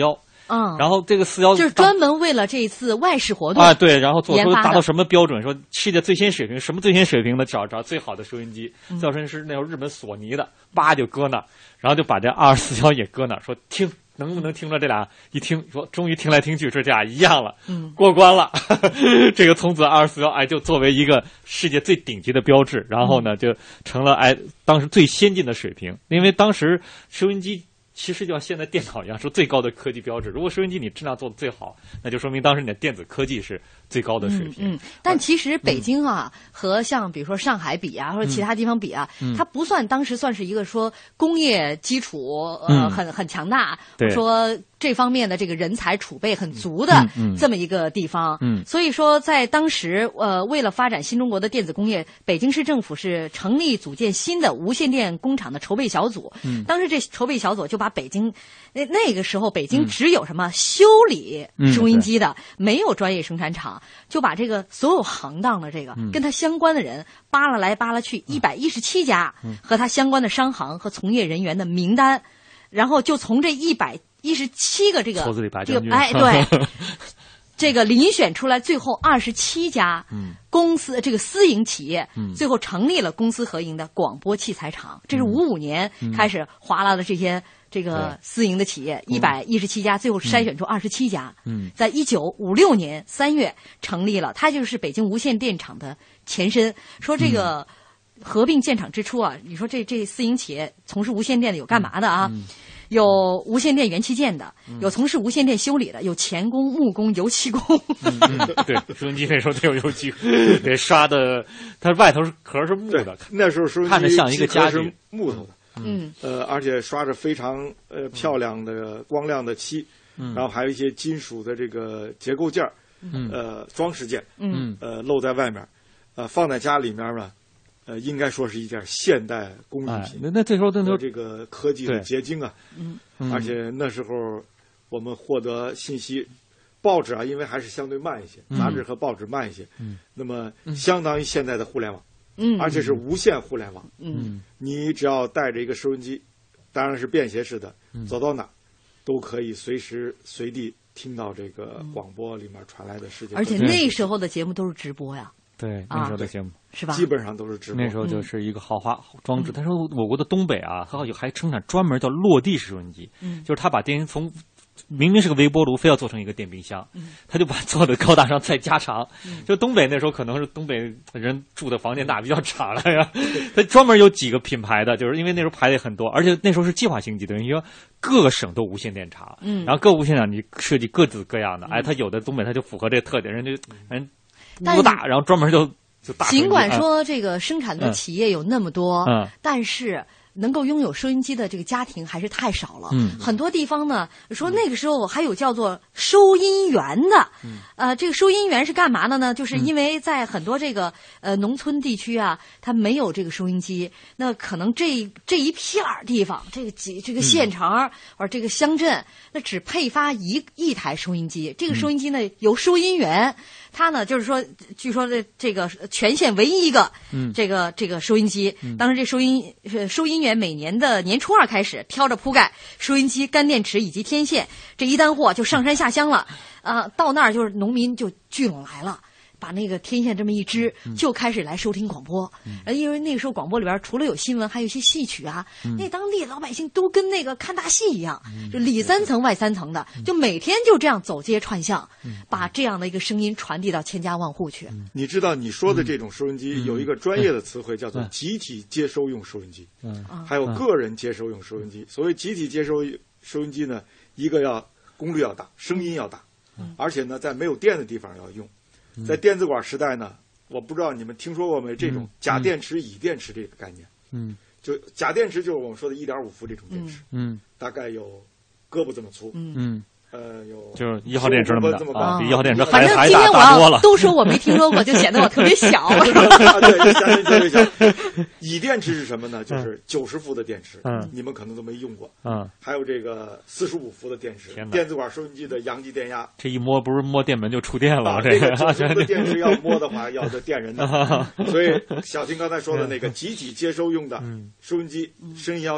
嗯， 然后这个四幺就是专门为了这一次外事活动啊，对，然后做出达到什么么标准？说世界最新水平，什么最新水平的？找找最好的收音机， 嗯造声是那时候日本索尼的，叭就搁那，然后就把这二十四幺也搁那，说听。能不能听着这俩一听说终于听来听去说这俩一样了， 嗯， 过关了。这个从此二十四幺哎就作为一个世界最顶级的标志，然后呢就成了哎当时最先进的水平。因为当时收音机其实就像现在电脑一样是最高的科技标志。如果收音机你质量做得最好，那就说明当时你的电子科技是最高的水平。 嗯，嗯但其实北京啊、嗯、和像比如说上海比啊，或者其他地方比啊， 嗯、 它不算当时算是一个说工业基础呃、嗯、很很强大，说这方面的这个人才储备很足的这么一个地方。 嗯，嗯所以说在当时呃为了发展新中国的电子工业，北京市政府是成立组建新的无线电工厂的筹备小组。 嗯， 当时这筹备小组就把北京那那个时候北京只有什么、嗯、修理收音机的，嗯、没有专业生产厂。就把这个所有行当的这个、嗯、跟他相关的人扒拉来扒拉去，一百一十七家和他相关的商行和从业人员的名单，然后就从这一百一十七个这个这个哎对，这个遴选出来最后二十七家公司、嗯、这个私营企业、嗯，最后成立了公私合营的广播器材厂。这是五五年开始划拉的这些。这个私营的企业一百一十七家，最后筛选出二十七家。嗯，在一九五六年三月成立了，它就是北京无线电厂的前身。说这个合并建厂之初啊，你说这这私营企业从事无线电的有干嘛的啊？嗯、有无线电元器件的，有从事无线电修理的，有钳工、木工、油漆工。 嗯嗯、对，收音机那时候得有油漆，得刷的，它外头是壳是木的， 那时候收音机看着像一个家具， 木头的。 嗯， 呃，而且刷着非常呃漂亮的光亮的漆，嗯，然后还有一些金属的这个结构件儿，嗯，呃，装饰件， 嗯， 呃，露在外面，呃，放在家里面呢，呃，应该说是一件现代工艺品。 哎、那那这时候那时候这个科技的结晶啊， 嗯， 而且那时候我们获得信息，报纸啊，因为还是相对慢一些，杂志和报纸慢一些，嗯，那么相当于现在的互联网。 嗯， 而且是无线互联网。 嗯， 你只要带着一个收音机，当然是便携式的， 嗯、 走到哪都可以随时随地听到这个广播里面传来的世界。 而且那时候的节目都是直播呀。 对，那时候的节目、 啊、是吧？ 基本上都是直播。 那时候就是一个豪华装置。他、嗯、说，我国的东北啊，还有还生产专门叫落地式收音机， 嗯， 就是他把电音从。明明是个微波炉，非要做成一个电冰箱， 嗯、 他就把做的高大上再加长。 嗯、 就东北那时候可能是东北人住的房间大，比较敞了呀。他专门有几个品牌的，就是因为那时候排的也很多，而且那时候是计划性机，等于说各个省都无线电厂， 嗯， 然后各无线厂你设计各自各样的，嗯、哎，他有的东北他就符合这个特点，人就人屋大，然后专门就就大。 尽管说这个生产的企业有那么多， 嗯， 但是。能够拥有收音机的这个家庭还是太少了。 嗯， 很多地方呢说那个时候还有叫做收音员的。 嗯， 呃，这个收音员是干嘛的呢？就是因为在很多这个呃农村地区啊，它没有这个收音机，那可能这这一片儿地方，这个几这个县城、嗯、或者这个乡镇，那只配发一一台收音机。这个收音机呢，由收音员。他呢，就是说，据说这这个全县唯一一个， 嗯， 这个这个收音机， 嗯、 当时这收音收音员每年的年初二开始，挑着铺盖、收音机、干电池以及天线这一单货就上山下乡了，啊、呃，到那儿就是农民就聚拢来了。把那个天线这么一支， 嗯、 就开始来收听广播。嗯、因为那个时候广播里边除了有新闻，还有一些戏曲啊。 嗯、 那当地老百姓都跟那个看大戏一样， 嗯、 就里三层外三层的，嗯、就每天就这样走街串巷， 嗯、 把这样的一个声音传递到千家万户去。 嗯、 你知道你说的这种收音机、嗯、有一个专业的词汇叫做集体接收用收音机， 嗯、 还有个人接收用收音机。所谓集体接收收音机呢，一个要功率要大，声音要大， 嗯、 而且呢，在没有电的地方要用。在电子管时代呢，我不知道你们听说过没？这种假电池、乙电池这个概念， 嗯， 就假电池就是我们说的一点五伏这种电池， 嗯， 大概有胳膊这么粗， 嗯， 呃，有就是一号电池那么大啊，比一号电池还反正今天我要都说我没听说过，就显得我特别小。 对，显得特别小。乙电池是什么呢？就是九十伏的电池， 嗯， 你们可能都没用过， 嗯， 还有这个四十五伏的电池，电子管收音机的阳极电压， 这一摸不是摸电门就触电了， 这个九十伏的电池要摸的话，要这电人的。所以小婷刚才说的那个集体接收用的收音机，声音要大，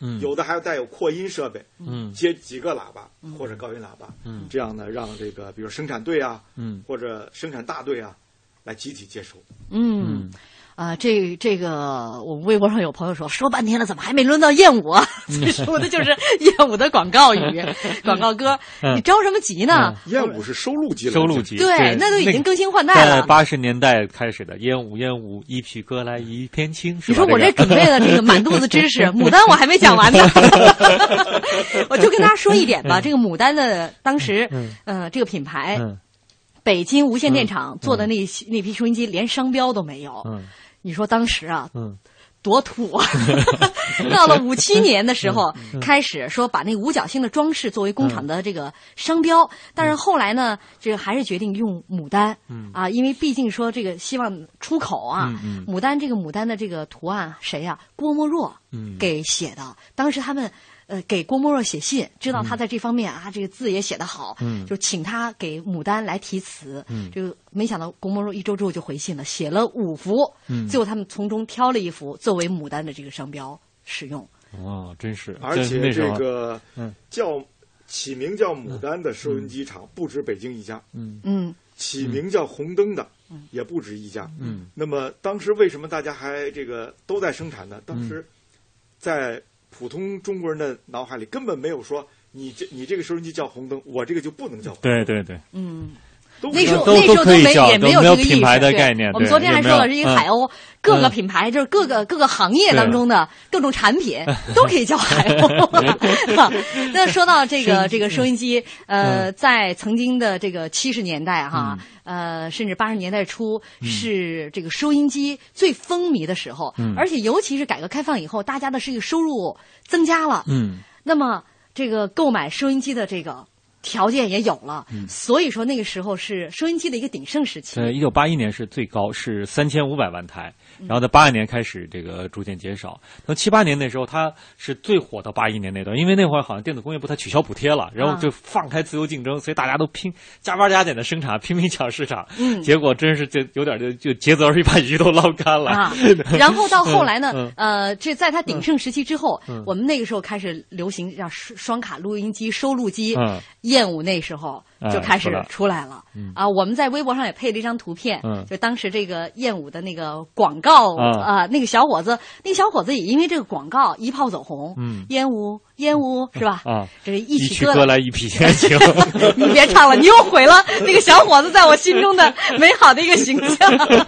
嗯， 有的还要带有扩音设备， 嗯， 接几个喇叭或者高音喇叭， 嗯， 这样呢，让这个比如生产队啊， 嗯， 或者生产大队啊，来集体接收。 嗯。啊、呃，这这个，我们微博上有朋友说，说半天了，怎么还没轮到燕舞啊？说的就是燕舞的广告语、广告歌。你着什么急呢？ 嗯、燕舞是收录机了， 收录机。 对， 对那都已经更新换代了。 在八十年代开始的燕舞，燕舞一曲歌来一片情。 你说我这准备了这个满肚子知识，牡丹我还没讲完呢。我就跟大家说一点吧，这个牡丹的当时，嗯、呃，这个品牌。嗯北京无线电厂做的那、嗯、那批收音机连商标都没有，嗯，你说当时啊，嗯，多土啊！到了五七年的时候，嗯、开始说把那个五角星的装饰作为工厂的这个商标，嗯、但是后来呢，这个还是决定用牡丹，嗯啊，因为毕竟说这个希望出口啊，嗯嗯、牡丹这个牡丹的这个图案谁呀、啊？郭沫若嗯给写的，当时他们。呃，给郭沫若写信，知道他在这方面、嗯、啊，这个字也写得好，嗯，就请他给牡丹来题词，嗯，就没想到郭沫若一周之后就回信了，写了五幅，嗯，最后他们从中挑了一幅作为牡丹的这个商标使用。 哦，真是， 而且这个叫起名叫牡丹的收音机厂不止北京一家， 嗯嗯， 起名叫红灯的也不止一家，嗯，那么当时为什么大家还这个都在生产呢？当时在普通中国人的脑海里根本没有说你这你这个收音机叫红灯，我这个就不能叫红灯。 对对对， 嗯， 都那时候都那时候都没也没有这个意识。 品牌的概念。 我们昨天还说了，这些海鸥各个品牌，就是各个各个行业当中的各种产品都可以叫海鸥。那说到这个这个收音机，呃，在曾经的这个七十年代哈。呃，甚至八十年代初是这个收音机最风靡的时候，嗯、而且尤其是改革开放以后，大家的这个收入增加了，嗯，那么这个购买收音机的这个条件也有了，嗯、所以说那个时候是收音机的一个鼎盛时期。 呃，一九八一年是最高，是三千五百万台。然后在八二年开始，这个逐渐减少。从七八年那时候，它是最火到八一年那段，因为那会儿好像电子工业部它取消补贴了，然后就放开自由竞争，所以大家都拼加班加点的生产，拼命抢市场。嗯，结果真是就有点就就竭泽而渔，把鱼都捞干了。 啊，然后到后来呢，嗯、呃，这在它鼎盛时期之后，嗯、我们那个时候开始流行让双卡录音机、收录机，嗯、燕舞那时候就开始出来了。嗯、啊，我们在微博上也配了一张图片，嗯、就当时这个燕舞的那个广告。啊、呃，那个小伙子，那个小伙子也因为这个广告一炮走红。嗯，烟雾，烟雾是吧？啊，这一曲歌来一匹情。 你别唱了，你又毁了那个小伙子在我心中的美好的一个形象。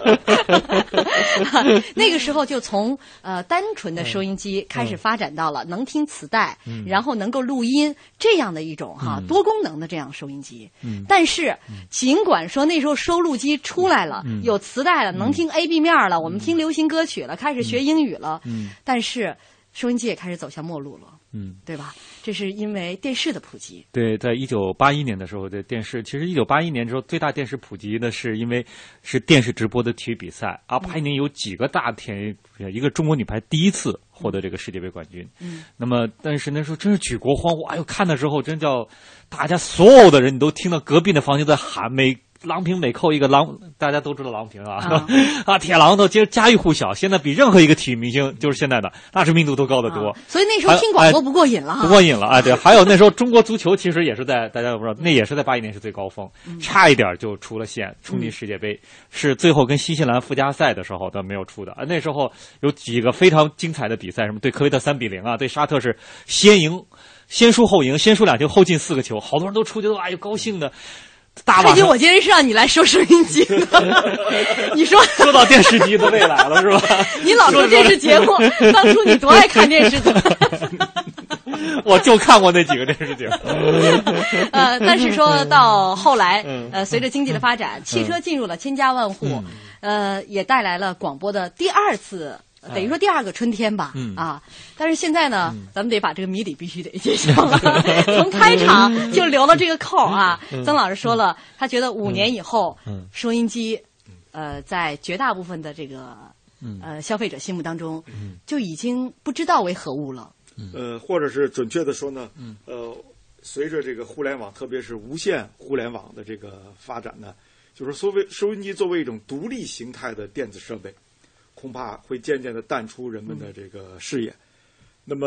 那个时候就从呃单纯的收音机开始发展到了能听磁带，嗯、然后能够录音这样的一种哈、嗯、多功能的这样收音机。嗯，但是尽管说那时候收录机出来了，嗯、有磁带了，能听 A B 面了，我们听流行歌曲了，开始学英语了，嗯，但是收音机也开始走向末路了，嗯，对吧？这是因为电视的普及。对， 在一九八一年的时候的电视，其实一九八一年之后最大电视普及呢，是因为是电视直播的体育比赛啊。八一年有几个大体育，一个中国女排第一次获得这个世界杯冠军，嗯，那么但是那时候真是举国欢呼，哎呦，看的时候真叫大家所有的人，你都听到隔壁的房间在喊每。郎平每扣一个郎，大家都知道郎平啊，啊, 啊铁郎都其实家喻户晓，现在比任何一个体育明星就是现在的那知名度都高得多、啊。 所以那时候听广播不过瘾了、啊， 不过瘾了啊！对，还有那时候中国足球其实也是在大家都不知道，那也是在八一年是最高峰，嗯、差一点就出了线，冲进世界杯，嗯、是最后跟新西兰附加赛的时候都没有出的。啊，那时候有几个非常精彩的比赛，什么对科威特三比零啊，对沙特是先赢，先输后赢，先输两球后进四个球，好多人都出去都哎呦高兴的。大最近我今天是让你来说收音机的，你说说到电视机的未来了是吧？ 你老说电视节目，当初你多爱看电视的。 我就看过那几个电视节目。 呃，但是说到后来，呃，随着经济的发展，汽车进入了千家万户，呃，也带来了广播的第二次。等于说第二个春天吧，嗯、啊，但是现在呢，嗯、咱们得把这个谜底必须得揭晓了。从开场就留了这个扣啊。嗯、曾老师说了，他觉得五年以后，嗯、收音机，呃，在绝大部分的这个呃消费者心目当中，嗯、就已经不知道为何物了。 呃，或者是准确的说呢，嗯、呃，随着这个互联网，特别是无线互联网的这个发展呢，就是所谓收音机作为一种独立形态的电子设备。恐怕会渐渐的淡出人们的这个视野。嗯、那么，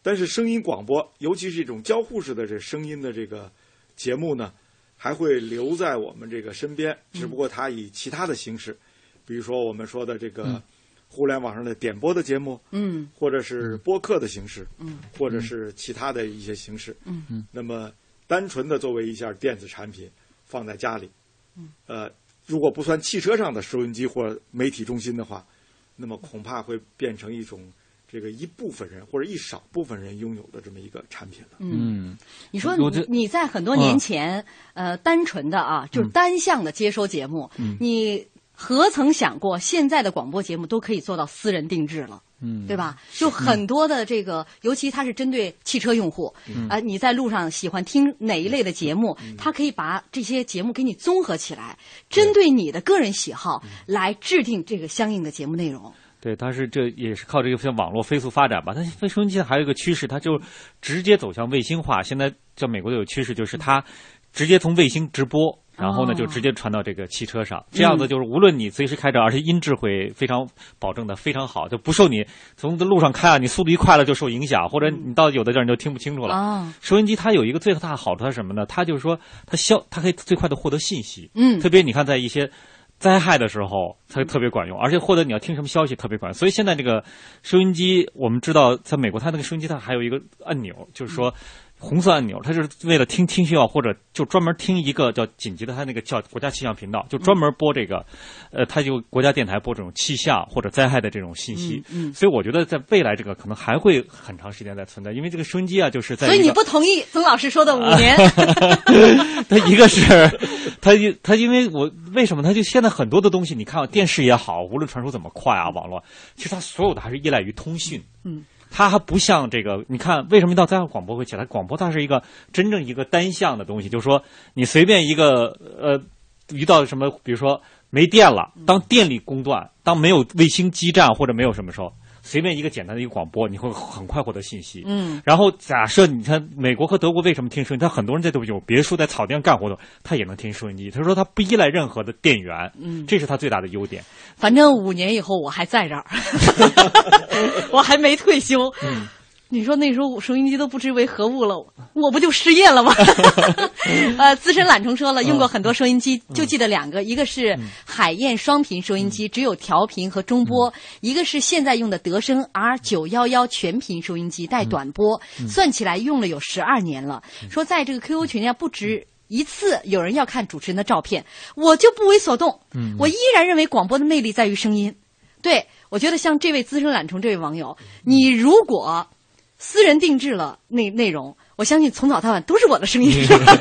但是声音广播，尤其是这种交互式的这声音的这个节目呢，还会留在我们这个身边，只不过它以其他的形式，嗯、比如说我们说的这个互联网上的点播的节目， 嗯， 或者是播客的形式， 嗯， 或者是其他的一些形式， 嗯嗯。那么单纯的作为一件电子产品放在家里， 嗯， 呃，如果不算汽车上的收音机或媒体中心的话，那么恐怕会变成一种。这个一部分人或者一少部分人拥有的这么一个产品了。 嗯，你说你你在很多年前，嗯、呃，单纯的啊，就是单向的接收节目，嗯、你何曾想过现在的广播节目都可以做到私人定制了？嗯，对吧？就很多的这个，嗯、尤其它是针对汽车用户，嗯、呃，你在路上喜欢听哪一类的节目，嗯、它可以把这些节目给你综合起来，针对你的个人喜好来制定这个相应的节目内容。 对，它是这也是靠这个像网络飞速发展吧。但是收音机还有一个趋势，它就直接走向卫星化。现在在美国的有趋势，就是它直接从卫星直播，然后呢就直接传到这个汽车上。这样子就是无论你随时开着，而且音质会非常保证的非常好，就不受你从路上开啊，你速度一快了就受影响，或者你到有的地儿你就听不清楚了。 哦、 收音机它有一个最大的好处，它是什么呢？它就是说它消，它可以最快的获得信息。 嗯， 特别你看在一些。灾害的时候它特别管用，而且或者你要听什么消息特别管用。所以现在这个收音机，我们知道在美国它那个收音机它还有一个按钮，就是说红色按钮，它就是为了听听需要，或者就专门听一个叫紧急的，它那个叫国家气象频道，就专门播这个，呃，它就国家电台播这种气象或者灾害的这种信息。 嗯，嗯所以我觉得在未来这个可能还会很长时间在存在，因为这个收音机啊，就是在。 所以你不同意曾老师说的五年？ 它一个是，它它因为我为什么？它就现在很多的东西，你看电视也好，无论传输怎么快啊，网络，其实它所有的还是依赖于通讯。 嗯。 它还不像这个，你看为什么一到灾害广播会起来？广播它是一个真正一个单向的东西，就是说你随便一个呃遇到什么，比如说没电了，当电力中断，当没有卫星基站或者没有什么时候，随便一个简单的一个广播，你会很快获得信息。 嗯。 然后假设你看美国和德国为什么听收音机？他很多人在都有别墅在草甸干活动，他也能听收音机。他说他不依赖任何的电源， 嗯， 这是他最大的优点。 反正五年以后我还在这儿，我还没退休。 嗯。 你说那时候收音机都不知为何物了，我不就失业了吗？呃，资深懒虫说了，用过很多收音机，嗯、就记得两个，一个是海燕双频收音机，嗯、只有调频和中波；嗯、一个是现在用的德声 R 九一一全频收音机，带短波，嗯、算起来用了有十二年了。嗯、说在这个 Q Q 群呀，不止一次有人要看主持人的照片，我就不为所动。 嗯， 我依然认为广播的魅力在于声音。对，我觉得像这位资深懒虫这位网友，你如果私人定制了内内容，我相信从早到晚都是我的声音，是吧？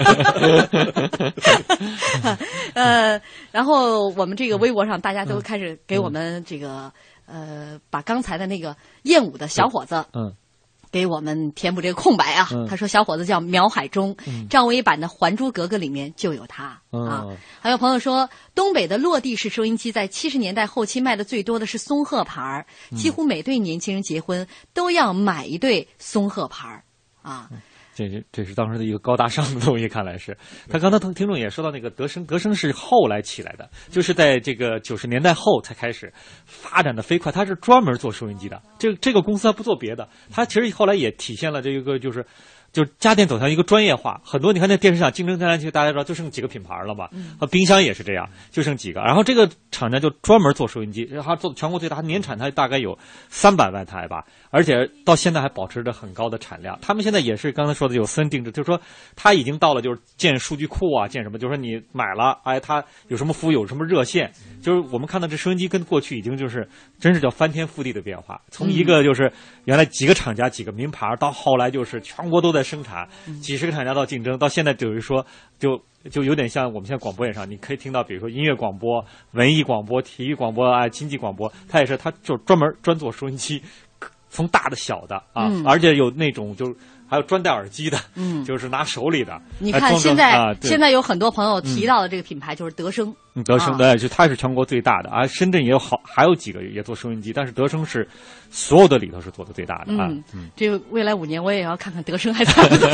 呃，然后我们这个微博上大家都开始给我们这个呃，把刚才的那个艳舞的小伙子， 嗯， 给我们填补这个空白啊。 嗯、 他说小伙子叫苗海中， 嗯、 赵薇版的《还珠格格》里面就有他、 嗯、 啊。还有朋友说，东北的落地式收音机在七十年代后期卖的最多的是松鹤牌， 嗯、 几乎每对年轻人结婚都要买一对松鹤牌啊。 嗯这是这是当时的一个高大上的东西，看来是。他刚才听听众也说到那个德声，德声是后来起来的，就是在这个九十年代后才开始发展的飞快。他是专门做收音机的，这这个公司他不做别的，他其实后来也体现了这个就是。就家电走向一个专业化，很多你看那电视上竞争来去，大家知道就剩几个品牌了嘛，和冰箱也是这样，就剩几个。然后这个厂家就专门做收音机，然后做全国最大，年产它大概有三百万台吧，而且到现在还保持着很高的产量。他们现在也是刚才说的有私人定制，就是说它已经到了就是建数据库啊，建什么，就是说你买了，哎，它有什么服务，有什么热线，就是我们看到这收音机跟过去已经就是真是叫翻天覆地的变化，从一个就是原来几个厂家几个名牌，到后来就是全国都在生产，几十个厂家到竞争，到现在等于说就就有点像我们现在广播也上，你可以听到比如说音乐广播、文艺广播、体育广播啊、经济广播，它也是它就专门专做收音机，从大的小的啊， 嗯、 而且有那种就还有专戴耳机的， 嗯， 就是拿手里的。 你看现在、 啊、 现在有很多朋友提到的这个品牌就是德声。 嗯，德声对，就它是全国最大的啊，深圳也有好还有几个也做收音机，但是德声是所有的里头是做的最大的啊。 嗯，嗯这未来五年我也要看看德声还在不在。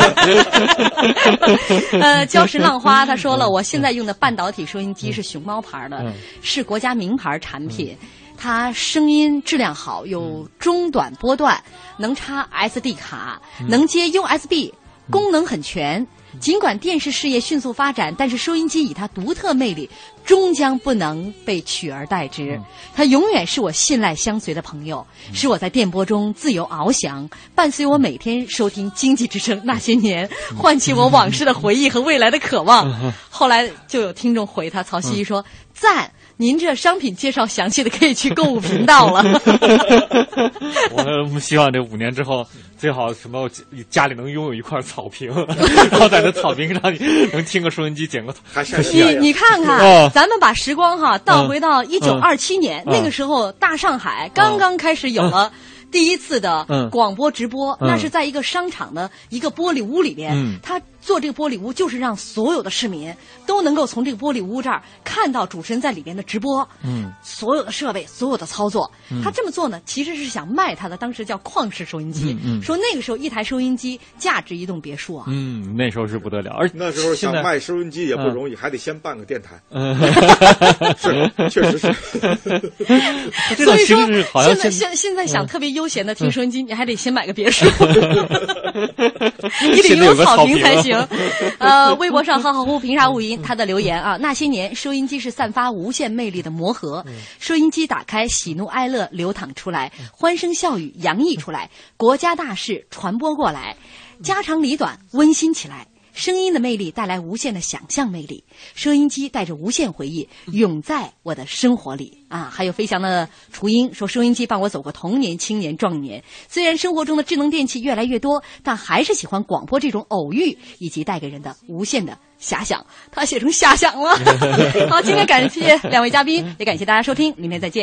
呃，礁石浪花他说了，我现在用的半导体收音机是熊猫牌的， 嗯、 是国家名牌产品。嗯它声音质量好，有中短波段，能插 S D 卡，能接 U S B， 功能很全。尽管电视事业迅速发展，但是收音机以它独特魅力，终将不能被取而代之。它永远是我信赖相随的朋友，是我在电波中自由翱翔，伴随我每天收听经济之声那些年，唤起我往事的回忆和未来的渴望。后来就有听众回他，曹希说：“赞。”您这商品介绍详细的，可以去购物频道了。 我们希望这五年之后，最好什么家里能拥有一块草坪，然后在那草坪上你能听个收音机，剪个头。 你你看看，哦、咱们把时光哈倒回到一九二七年，嗯、那个时候大上海刚刚开始有了。嗯第一次的广播直播，嗯、那是在一个商场的一个玻璃屋里边，嗯、他做这个玻璃屋就是让所有的市民都能够从这个玻璃屋这儿看到主持人在里边的直播，嗯，所有的设备，所有的操作。嗯、他这么做呢，其实是想卖他的当时叫旷式收音机，嗯嗯、说那个时候一台收音机价值一栋别墅啊。 嗯，那时候是不得了，而那时候想卖收音机也不容易，嗯、还得先办个电台。嗯，是，确实是。 所以说，现在现现在想特别悠闲的听收音机，嗯、你还得先买个别墅，你得有草坪才行。呃，微博上浩浩乎凭啥无音他的留言啊，那些年收音机是散发无限魅力的魔盒，嗯、收音机打开，喜怒哀乐流淌出来，欢声笑语洋溢出来，国家大事传播过来，家长里短温馨起来。声音的魅力带来无限的想象魅力，收音机带着无限回忆永在我的生活里啊！还有飞翔的雏鹰说，收音机伴我走过童年、青年、壮年。虽然生活中的智能电器越来越多，但还是喜欢广播这种偶遇以及带给人的无限的遐想。他写成遐想了。好，今天感谢两位嘉宾，也感谢大家收听，明天再见。